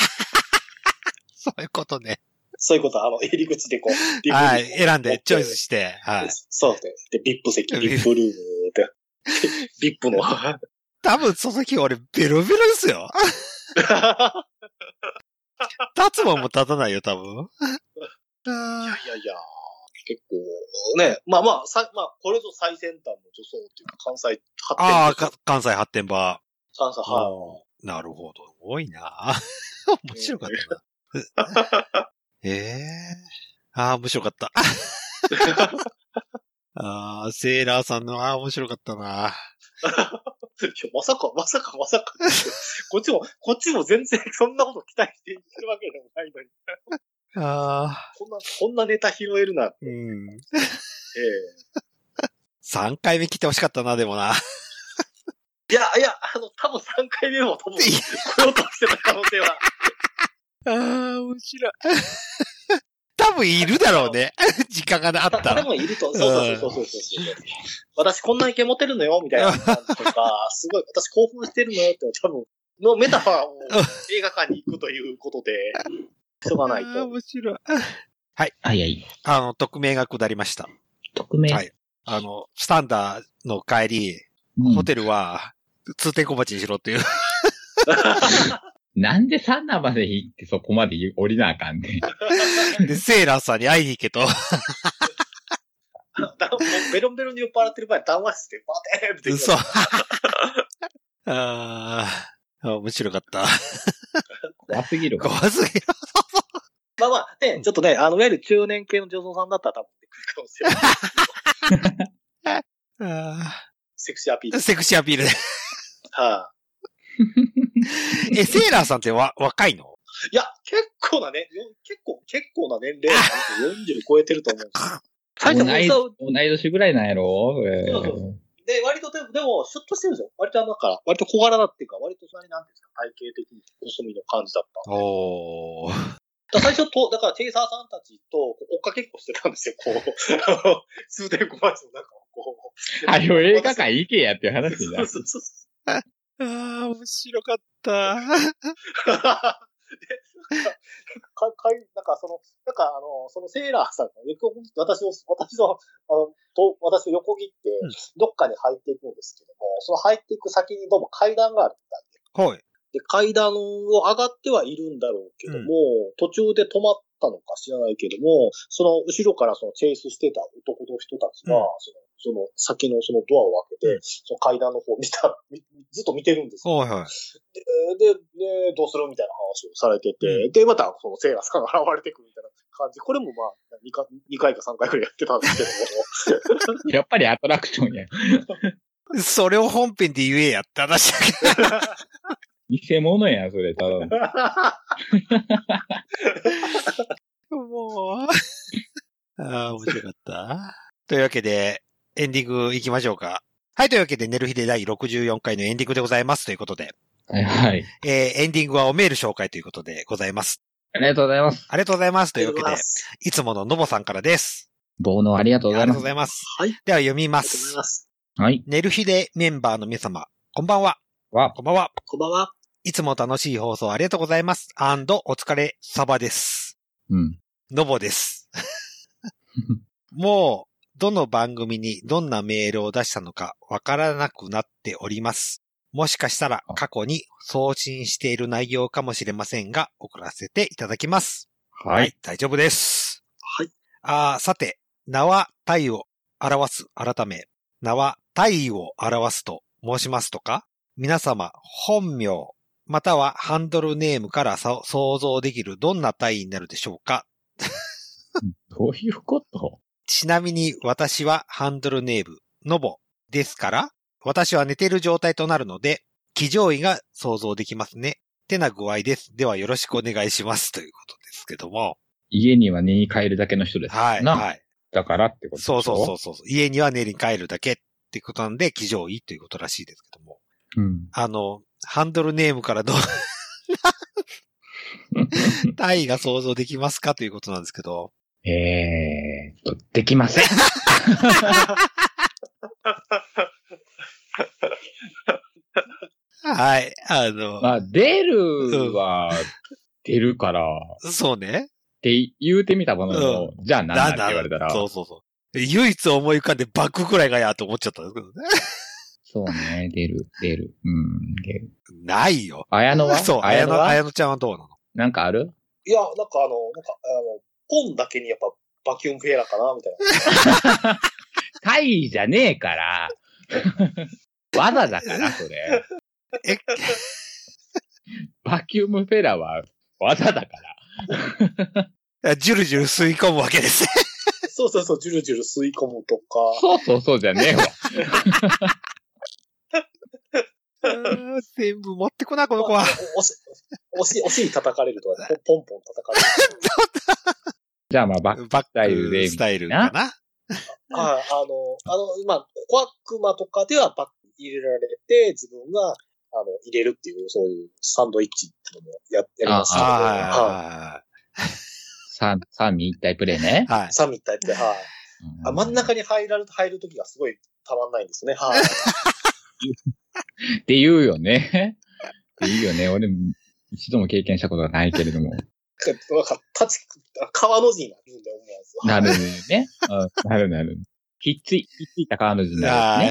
そういうことね。 そういうこと、入り口でこう、 DVD はい、選んで、チョイスして、はい。 そうですね。で、VIP 席、VIP ルームで、VIP の。 多分、その時俺、ベロベロですよ。立つもんも立たないよ、多分。 いや。結構、ね、これぞ最先端の女装っていうか、関西発展場。 関西発展場。 関西、はい。 なるほど。多いな。面白かったな。面白かった。セーラーさんの、面白かったな。 まさか。こっちも全然そんなこと期待しているわけでもないのに。こんなネタ拾えるなって。 3回目来てほしかったな、でもな。 いや、多分3回目も来ようとしてた可能性は。 面白い。多分いるだろうね。時間があったら。 多分いると。そう。私こんな意見持てるのよ、みたいな感じとか、すごい、私興奮してるのよって多分、のメタファーを映画館に行くということで、しょうがないと。 面白い。はい。 はい。 匿名が下りました。 匿名？ はい。スタンダーの帰り、 ホテルは通天小町にしろっていう。 なんでサンナまで行ってそこまで降りなあかんねん。で、セーラーさんに会いに行けと。 ベロンベロンに酔っ払ってる場合、談話してバテーって。 嘘。面白かった。 怖すぎる。 怖すぎる。 まあまあ、ね、ちょっとね、いわゆる中年系の女装さんだったら多分出てくるかもしれない。セクシーアピール。 セクシーアピールで。 はセーラーさんって若いの？ いや、結構なな年齢なんで40超えてると思うんですよ。 同い年ぐらいなんやろ？ そうで、割とでも、シュッとしてるんですよ。割と割と小柄だっていうか、割とそんなになんていうんですか、体型的に細身の感じだったんで。 おー。 最初だから、チェイサーさんたちと追っかけっこしてたんですよ、こう。数年後前のなんかこう。 映画館行けやっていう話になる。 面白かった。 そのセーラーさんが私を横切って、どっかに入っていくんですけども、その入っていく先にどうも階段があるみたいで。 はい。 で、階段を上がってはいるんだろうけども、途中で止まったのか知らないけども、その後ろからそのチェイスしてた男の人たちが、その先のそのドアを開けて、その階段の方ずっと見てるんですよ。 はいはい。 で、どうするみたいな話をされてて、で、またそのセーラーさんが現れてくるみたいな感じ。これもまあ、2回か3回くらいやってたんですけども。 やっぱりアトラクションや。 それを本編で言えやって話だけど。 偽物や、それ、ただの。 もう。面白かった。というわけで、エンディング行きましょうか。はい、というわけで、寝る日で第64回のエンディングでございますということで。 はいはい。 エンディングはおメール紹介ということでございます。 ありがとうございます。 ありがとうございます。というわけで、いつもののぼさんからです。 煩悩ありがとうございます。 ありがとうございます。 はい。 では読みます。 はい。 寝る日でメンバーの皆様、こんばんは。こんばんは。 こんばんは。 いつも楽しい放送ありがとうございます。お疲れサバです。のぼです。もう、どの番組にどんなメールを出したのかわからなくなっております。もしかしたら過去に送信している内容かもしれませんが、送らせていただきます。 はい。 大丈夫です。 はい。 さて、名は体を表す改め、名は体を表すと申しますとか、皆様本名、またはハンドルネームから想像できるどんな体位になるでしょうか？ どういうこと？ ちなみに私はハンドルネーム、のぼですから、私は寝ている状態となるので、騎乗位が想像できますね。てな具合です。ではよろしくお願いします。ということですけども。 家には寝に帰るだけの人です。 はい。はい。 だからってことですか？ そう。家には寝に帰るだけってことなんで、騎乗位ということらしいですけども。ハンドルネームから体位が想像できますかということなんですけど。 できません。 はい。 出るは、出るから。 そうね。 って言うてみたものの、じゃあ何だって言われたら。 そう。唯一思い浮かんでバックくらいがやと思っちゃったんですけどね。 そうね、出る。出る。 ないよ。 綾野は？ そう、綾野ちゃんはどうなの？ なんかある？ いや、ポンだけにやっぱバキュームフェラかなみたいな。 体位じゃねえから。技だから、それ。バキュームフェラは技だから。 ジュルジュル吸い込むわけです。 そう、ジュルジュル吸い込むとか。 そうじゃねえわ。 全部持ってこな、この子は。 お尻叩かれるとか、ポンポン叩かれる。 じゃあバックスタイルで。 スタイルかな。 コアクマとかではバック入れられて、自分が、入れるっていう、そういうサンドイッチっていうのもやりますけど。三位一体プレイね。 はい。 三位一体プレイ、はい。真ん中に入るときがすごいたまんないんですね。はい。 って言うよね。俺、一度も経験したことがないけれども。 川の字になるんだよ、思わず。 なるね。なる。 ひっついた彼女になるね。 はい。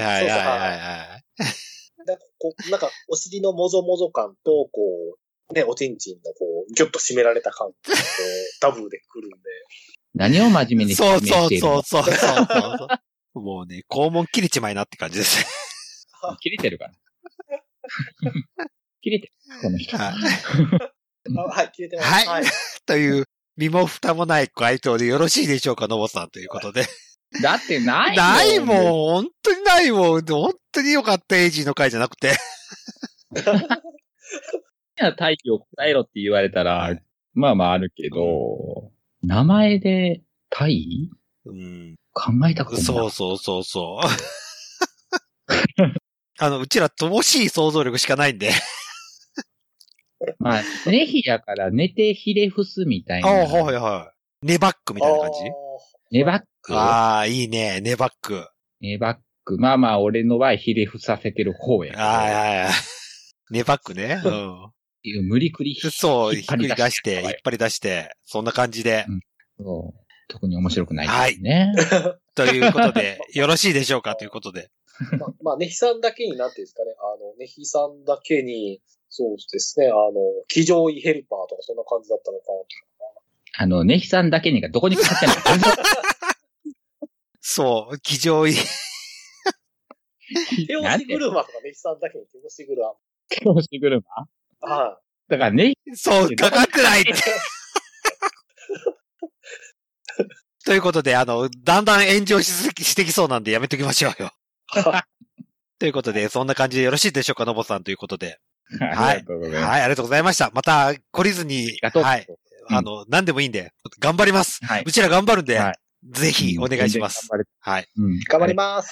なんか、お尻のもぞもぞ感と、こう、ね、おちんちんのこう、ギュッと締められた感が、こう、ダブルでくるんで。 何を真面目に説明しているの？ そう。もうね、肛門切れちまいなって感じですね。 切れてるから。切れてる。この人。 はい、切れてます。 はい。という、身も蓋もない回答でよろしいでしょうか、のぼさんということで。 だってないもん。 ないもん。本当にないもん。本当によかった、エイジーの回じゃなくて。 大気を答えろって言われたら、まああるけど、名前でタイ？考えたことない。 そう。うちら乏しい想像力しかないんで。 まあ、ネヒやから寝てひれ伏すみたいな。 はい。ネバックみたいな感じ？ ネバック？ いいね、ネバック。 ネバック。まあ、俺の場合ひれ伏させてる方や。 ネバックね。 無理くりそう、ひっくり出して、引っ張り出して、そんな感じで。 そう。特に面白くないですね。 はい。ということで、よろしいでしょうかということで。 まあ、ネヒさんだけになんていうんですかね、ネヒさんだけに、そうですね、騎乗位ヘルパーとかそんな感じだったのかな。ネヒさんだけにがどこにかかってないそう、騎乗位。 手押し車とかネヒさんだけに手押し車。 手押し車？ はい。 だからね。 そう、かかってないって。ということで、だんだん炎上してきそうなんでやめときましょうよ。ということで、そんな感じでよろしいでしょうか、のぼさんということで。 はい。ありがとうございます。 はい、ありがとうございました。また、懲りずに、はい。何でもいいんで、頑張ります。はい。うちら頑張るんで、ぜひお願いします。はい。 頑張ります。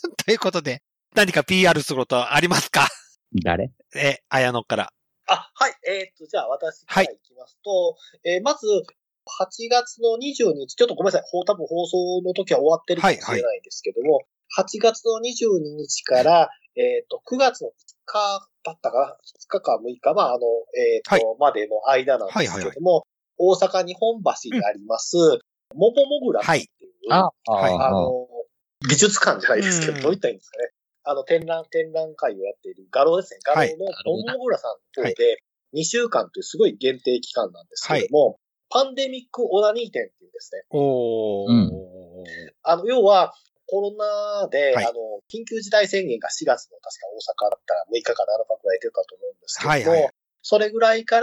ということで、何か PR することありますか？ 誰？ 綾野から。 はい。じゃあ私からいきますと、まず、8月の22日、ちょっとごめんなさい。多分放送の時は終わってるかもしれないんですけども、8月の22日から、9月の5日だったかな ?5 日か6日、までの間なんですけども、大阪日本橋にあります、モボモグラっていう、美術館じゃないですけど、どういったらいいんですかね。展覧会をやっている画廊ですね。画廊のモボモグラさんの方で、2週間というすごい限定期間なんですけども、パンデミックオナニー展っていうですね。要は、コロナで、緊急事態宣言が4月の確か大阪だったら6日か7日くらい出たと思うんですけども、それぐらいから、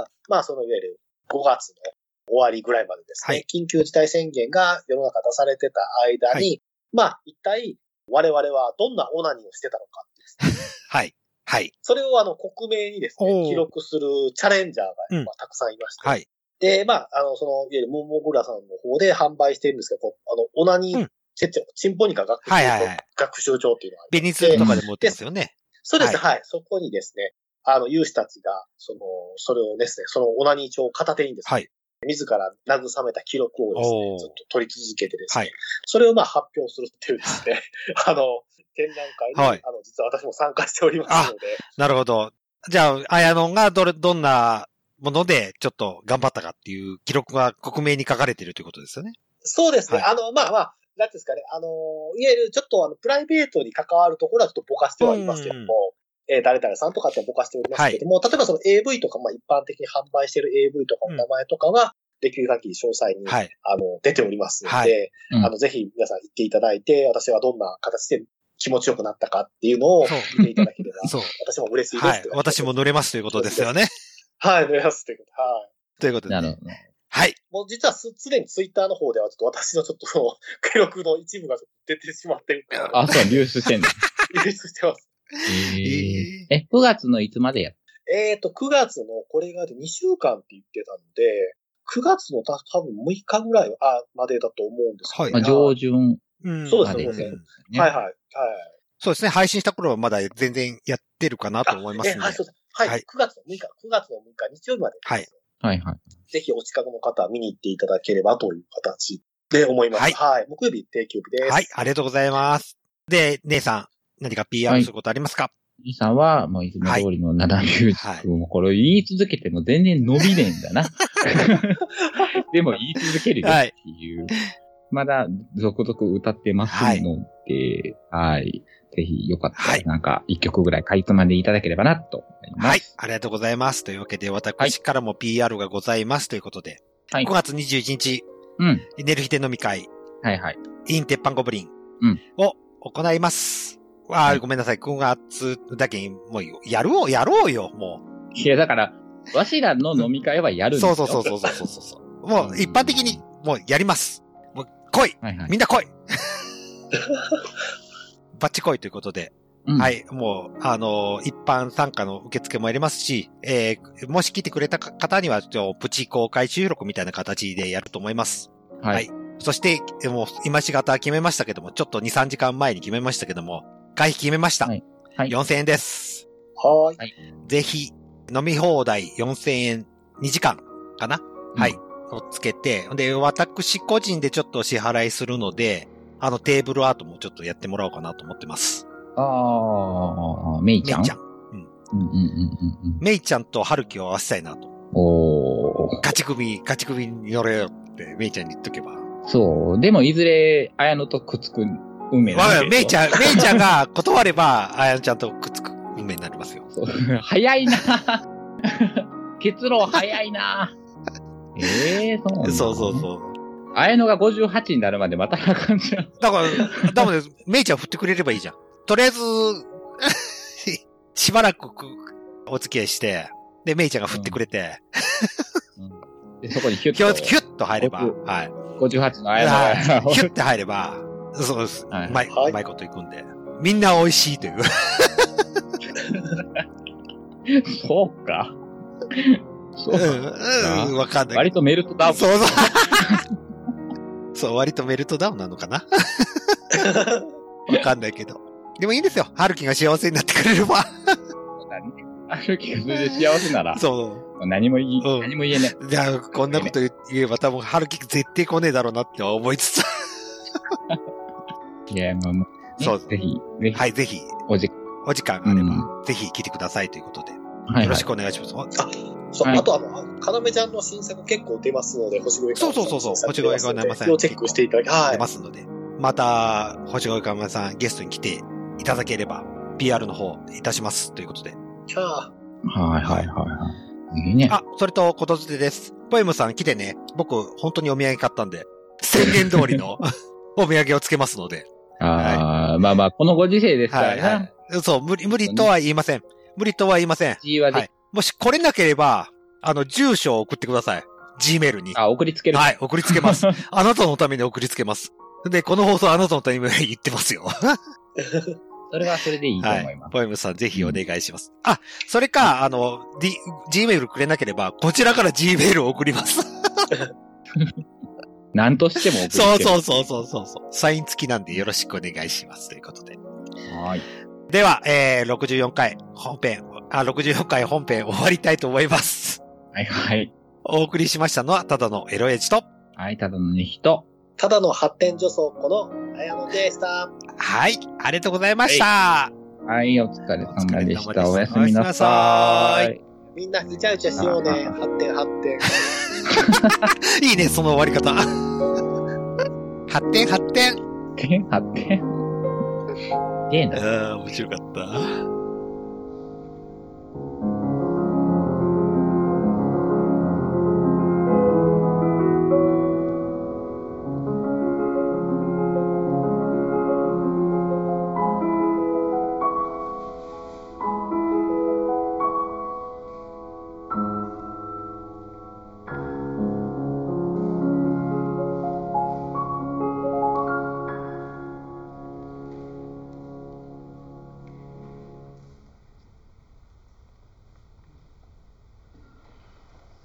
まあそのいわゆる5月の終わりぐらいまでですね、緊急事態宣言が世の中出されてた間に、まあ一体我々はどんなオナニーをしてたのかってですね。それを克明にですね、記録するチャレンジャーが、たくさんいまして、で、いわゆるモモグラさんの方で販売してるんですけど、オナニー設置、チンポニカ学習帳っていうのがあります。ベニツルとかでも売ってますよね。 そうです、そこにですね、有志たちが、それをですね、そのオナニー帳を片手にですね、自ら慰めた記録をですね、ずっと取り続けてですね、それを発表するっていうですね、展覧会に、実は私も参加しておりますので。 なるほど。じゃあ、綾野がどんなものでちょっと頑張ったかっていう記録が克明に書かれているということですよね。 そうですね。なんですかね。いわゆるちょっとプライベートに関わるところはちょっとぼかしてはいますけども、誰々さんとかってぼかしておりますけども、例えばその AV とか、一般的に販売している AV とかの名前とかは、できる限り詳細に、出ておりますので、ぜひ皆さん行っていただいて、私はどんな形で気持ちよくなったかっていうのを見ていただければ、私も嬉しいです。 私も乗れますということですよね。 乗れますということ。 ということで。 なるほど。 もう実はすでにツイッターの方ではちょっと私のちょっとその記録の一部が出てしまってる。 そう、流出してんの。 流出してます。 9月のいつまでやっ 9月のこれが2週間って言ってたので、9月の多分6日ぐらいまでだと思うんですけど、 上旬。 そうですね。 そうですね。配信した頃はまだ全然やってるかなと思いますので。 9月の6日日曜日まで。ぜひお近くの方は見に行っていただければという形で思います。木曜日定休日です。 はい、ありがとうございます。で、姉さん、何か PR することありますか？ 姉さんは、もういつも通りの7ミュージックをこれを言い続けても全然伸びねえんだな。でも言い続けるよっていう。 まだ続々歌ってますので、はい。ぜひよかったらなんか一曲ぐらいかいつまんでいただければなと思います。 はい。ありがとうございます。というわけで私からも PR がございますということで、はい、5月21日、寝る日で飲み会、 はいはい。 イン鉄板ゴブリンを行います。ごめんなさい。5月だけにもうやろうよ、もう。いや、だから、わしらの飲み会はやるんですよ。 そう。もう一般的にもうやります。もう来い、はいはい、みんな来いバッチ来いということで、はい、もう、一般参加の受付もやりますし、もし来てくれた方には、プチ公開収録みたいな形でやると思います。はい。そして、もう、今しがた決めましたけども、ちょっと2、3時間前に決めましたけども、会費決めました。はい。4000円です。 はい。 ぜひ、飲み放題4000円2時間かな、はい。をつけて、で、私個人でちょっと支払いするので、テーブルアートもちょっとやってもらおうかなと思ってます。 メイちゃん。 メイちゃんとハルキを合わせたいなと。ガチ首に乗れよってメイちゃんに言っとけば。 そう。でもいずれ、綾野とくっつく運命なんだけど。 メイちゃんが断れば、綾野ちゃんとくっつく運命になりますよ。 早いな結論早いなそう。 綾野が58になるまでまたな感じ。 だから、メイちゃん振ってくれればいいじゃん。とりあえず、しばらくお付き合いして、で、メイちゃんが振ってくれて、 でそこにヒュッと入れば、はい。 58の綾野が。ヒュッて入れば、そうです。うまいこといくんで。みんな美味しいという。 そうか。 わかんない。 割とメルトダウン。 そう、割とメルトダウンなのかなわかんないけど。でもいいんですよ。春樹が幸せになってくれれば。 春樹がそれで幸せなら。 そう。 何も言えねえ。じゃあ、こんなこと言えば多分春樹絶対来ねえだろうなって思いつつ。 いや、もう、そう。ぜひ。 はい、ぜひ。お時間があれば、ぜひ来てくださいということで。よろしくお願いします。 そう、あとかなめちゃんの新作結構出ますので、星越そう。星越かなめさん。 をチェックしていただき、はい。 出ますので。また、星越かなめさんゲストに来ていただければ、PR の方いたしますということで。 はい。いいね。 それと、ことづてです。ポエムさん来てね。僕、本当にお土産買ったんで、宣言通りのお土産をつけますので。 まあ、このご時世ですからね。 そう、無理とは言いません。はい。もし来れなければ、住所を送ってください。Gmail に。 送りつける。 はい、送りつけます。あなたのために送りつけます。で、この放送あなたのために言ってますよ。 それはそれでいいと思います。 ポエムさんぜひお願いします。それか、Gmail くれなければ、こちらから Gmail を送ります。 何としても送りつけます。そう。サイン付きなんでよろしくお願いします。ということで。 はい。 では、64回本編終わりたいと思います。 はい。 お送りしましたのは、ただのエロエジと、 はい、ただのねひと、 ただの発展女装子の綾野でした。 はい、ありがとうございました。 はい、お疲れ様でした。おやすみなさい。 みんなイチャイチャしようね。発展。 いいね、その終わり方。発展。 いいな。 面白かった。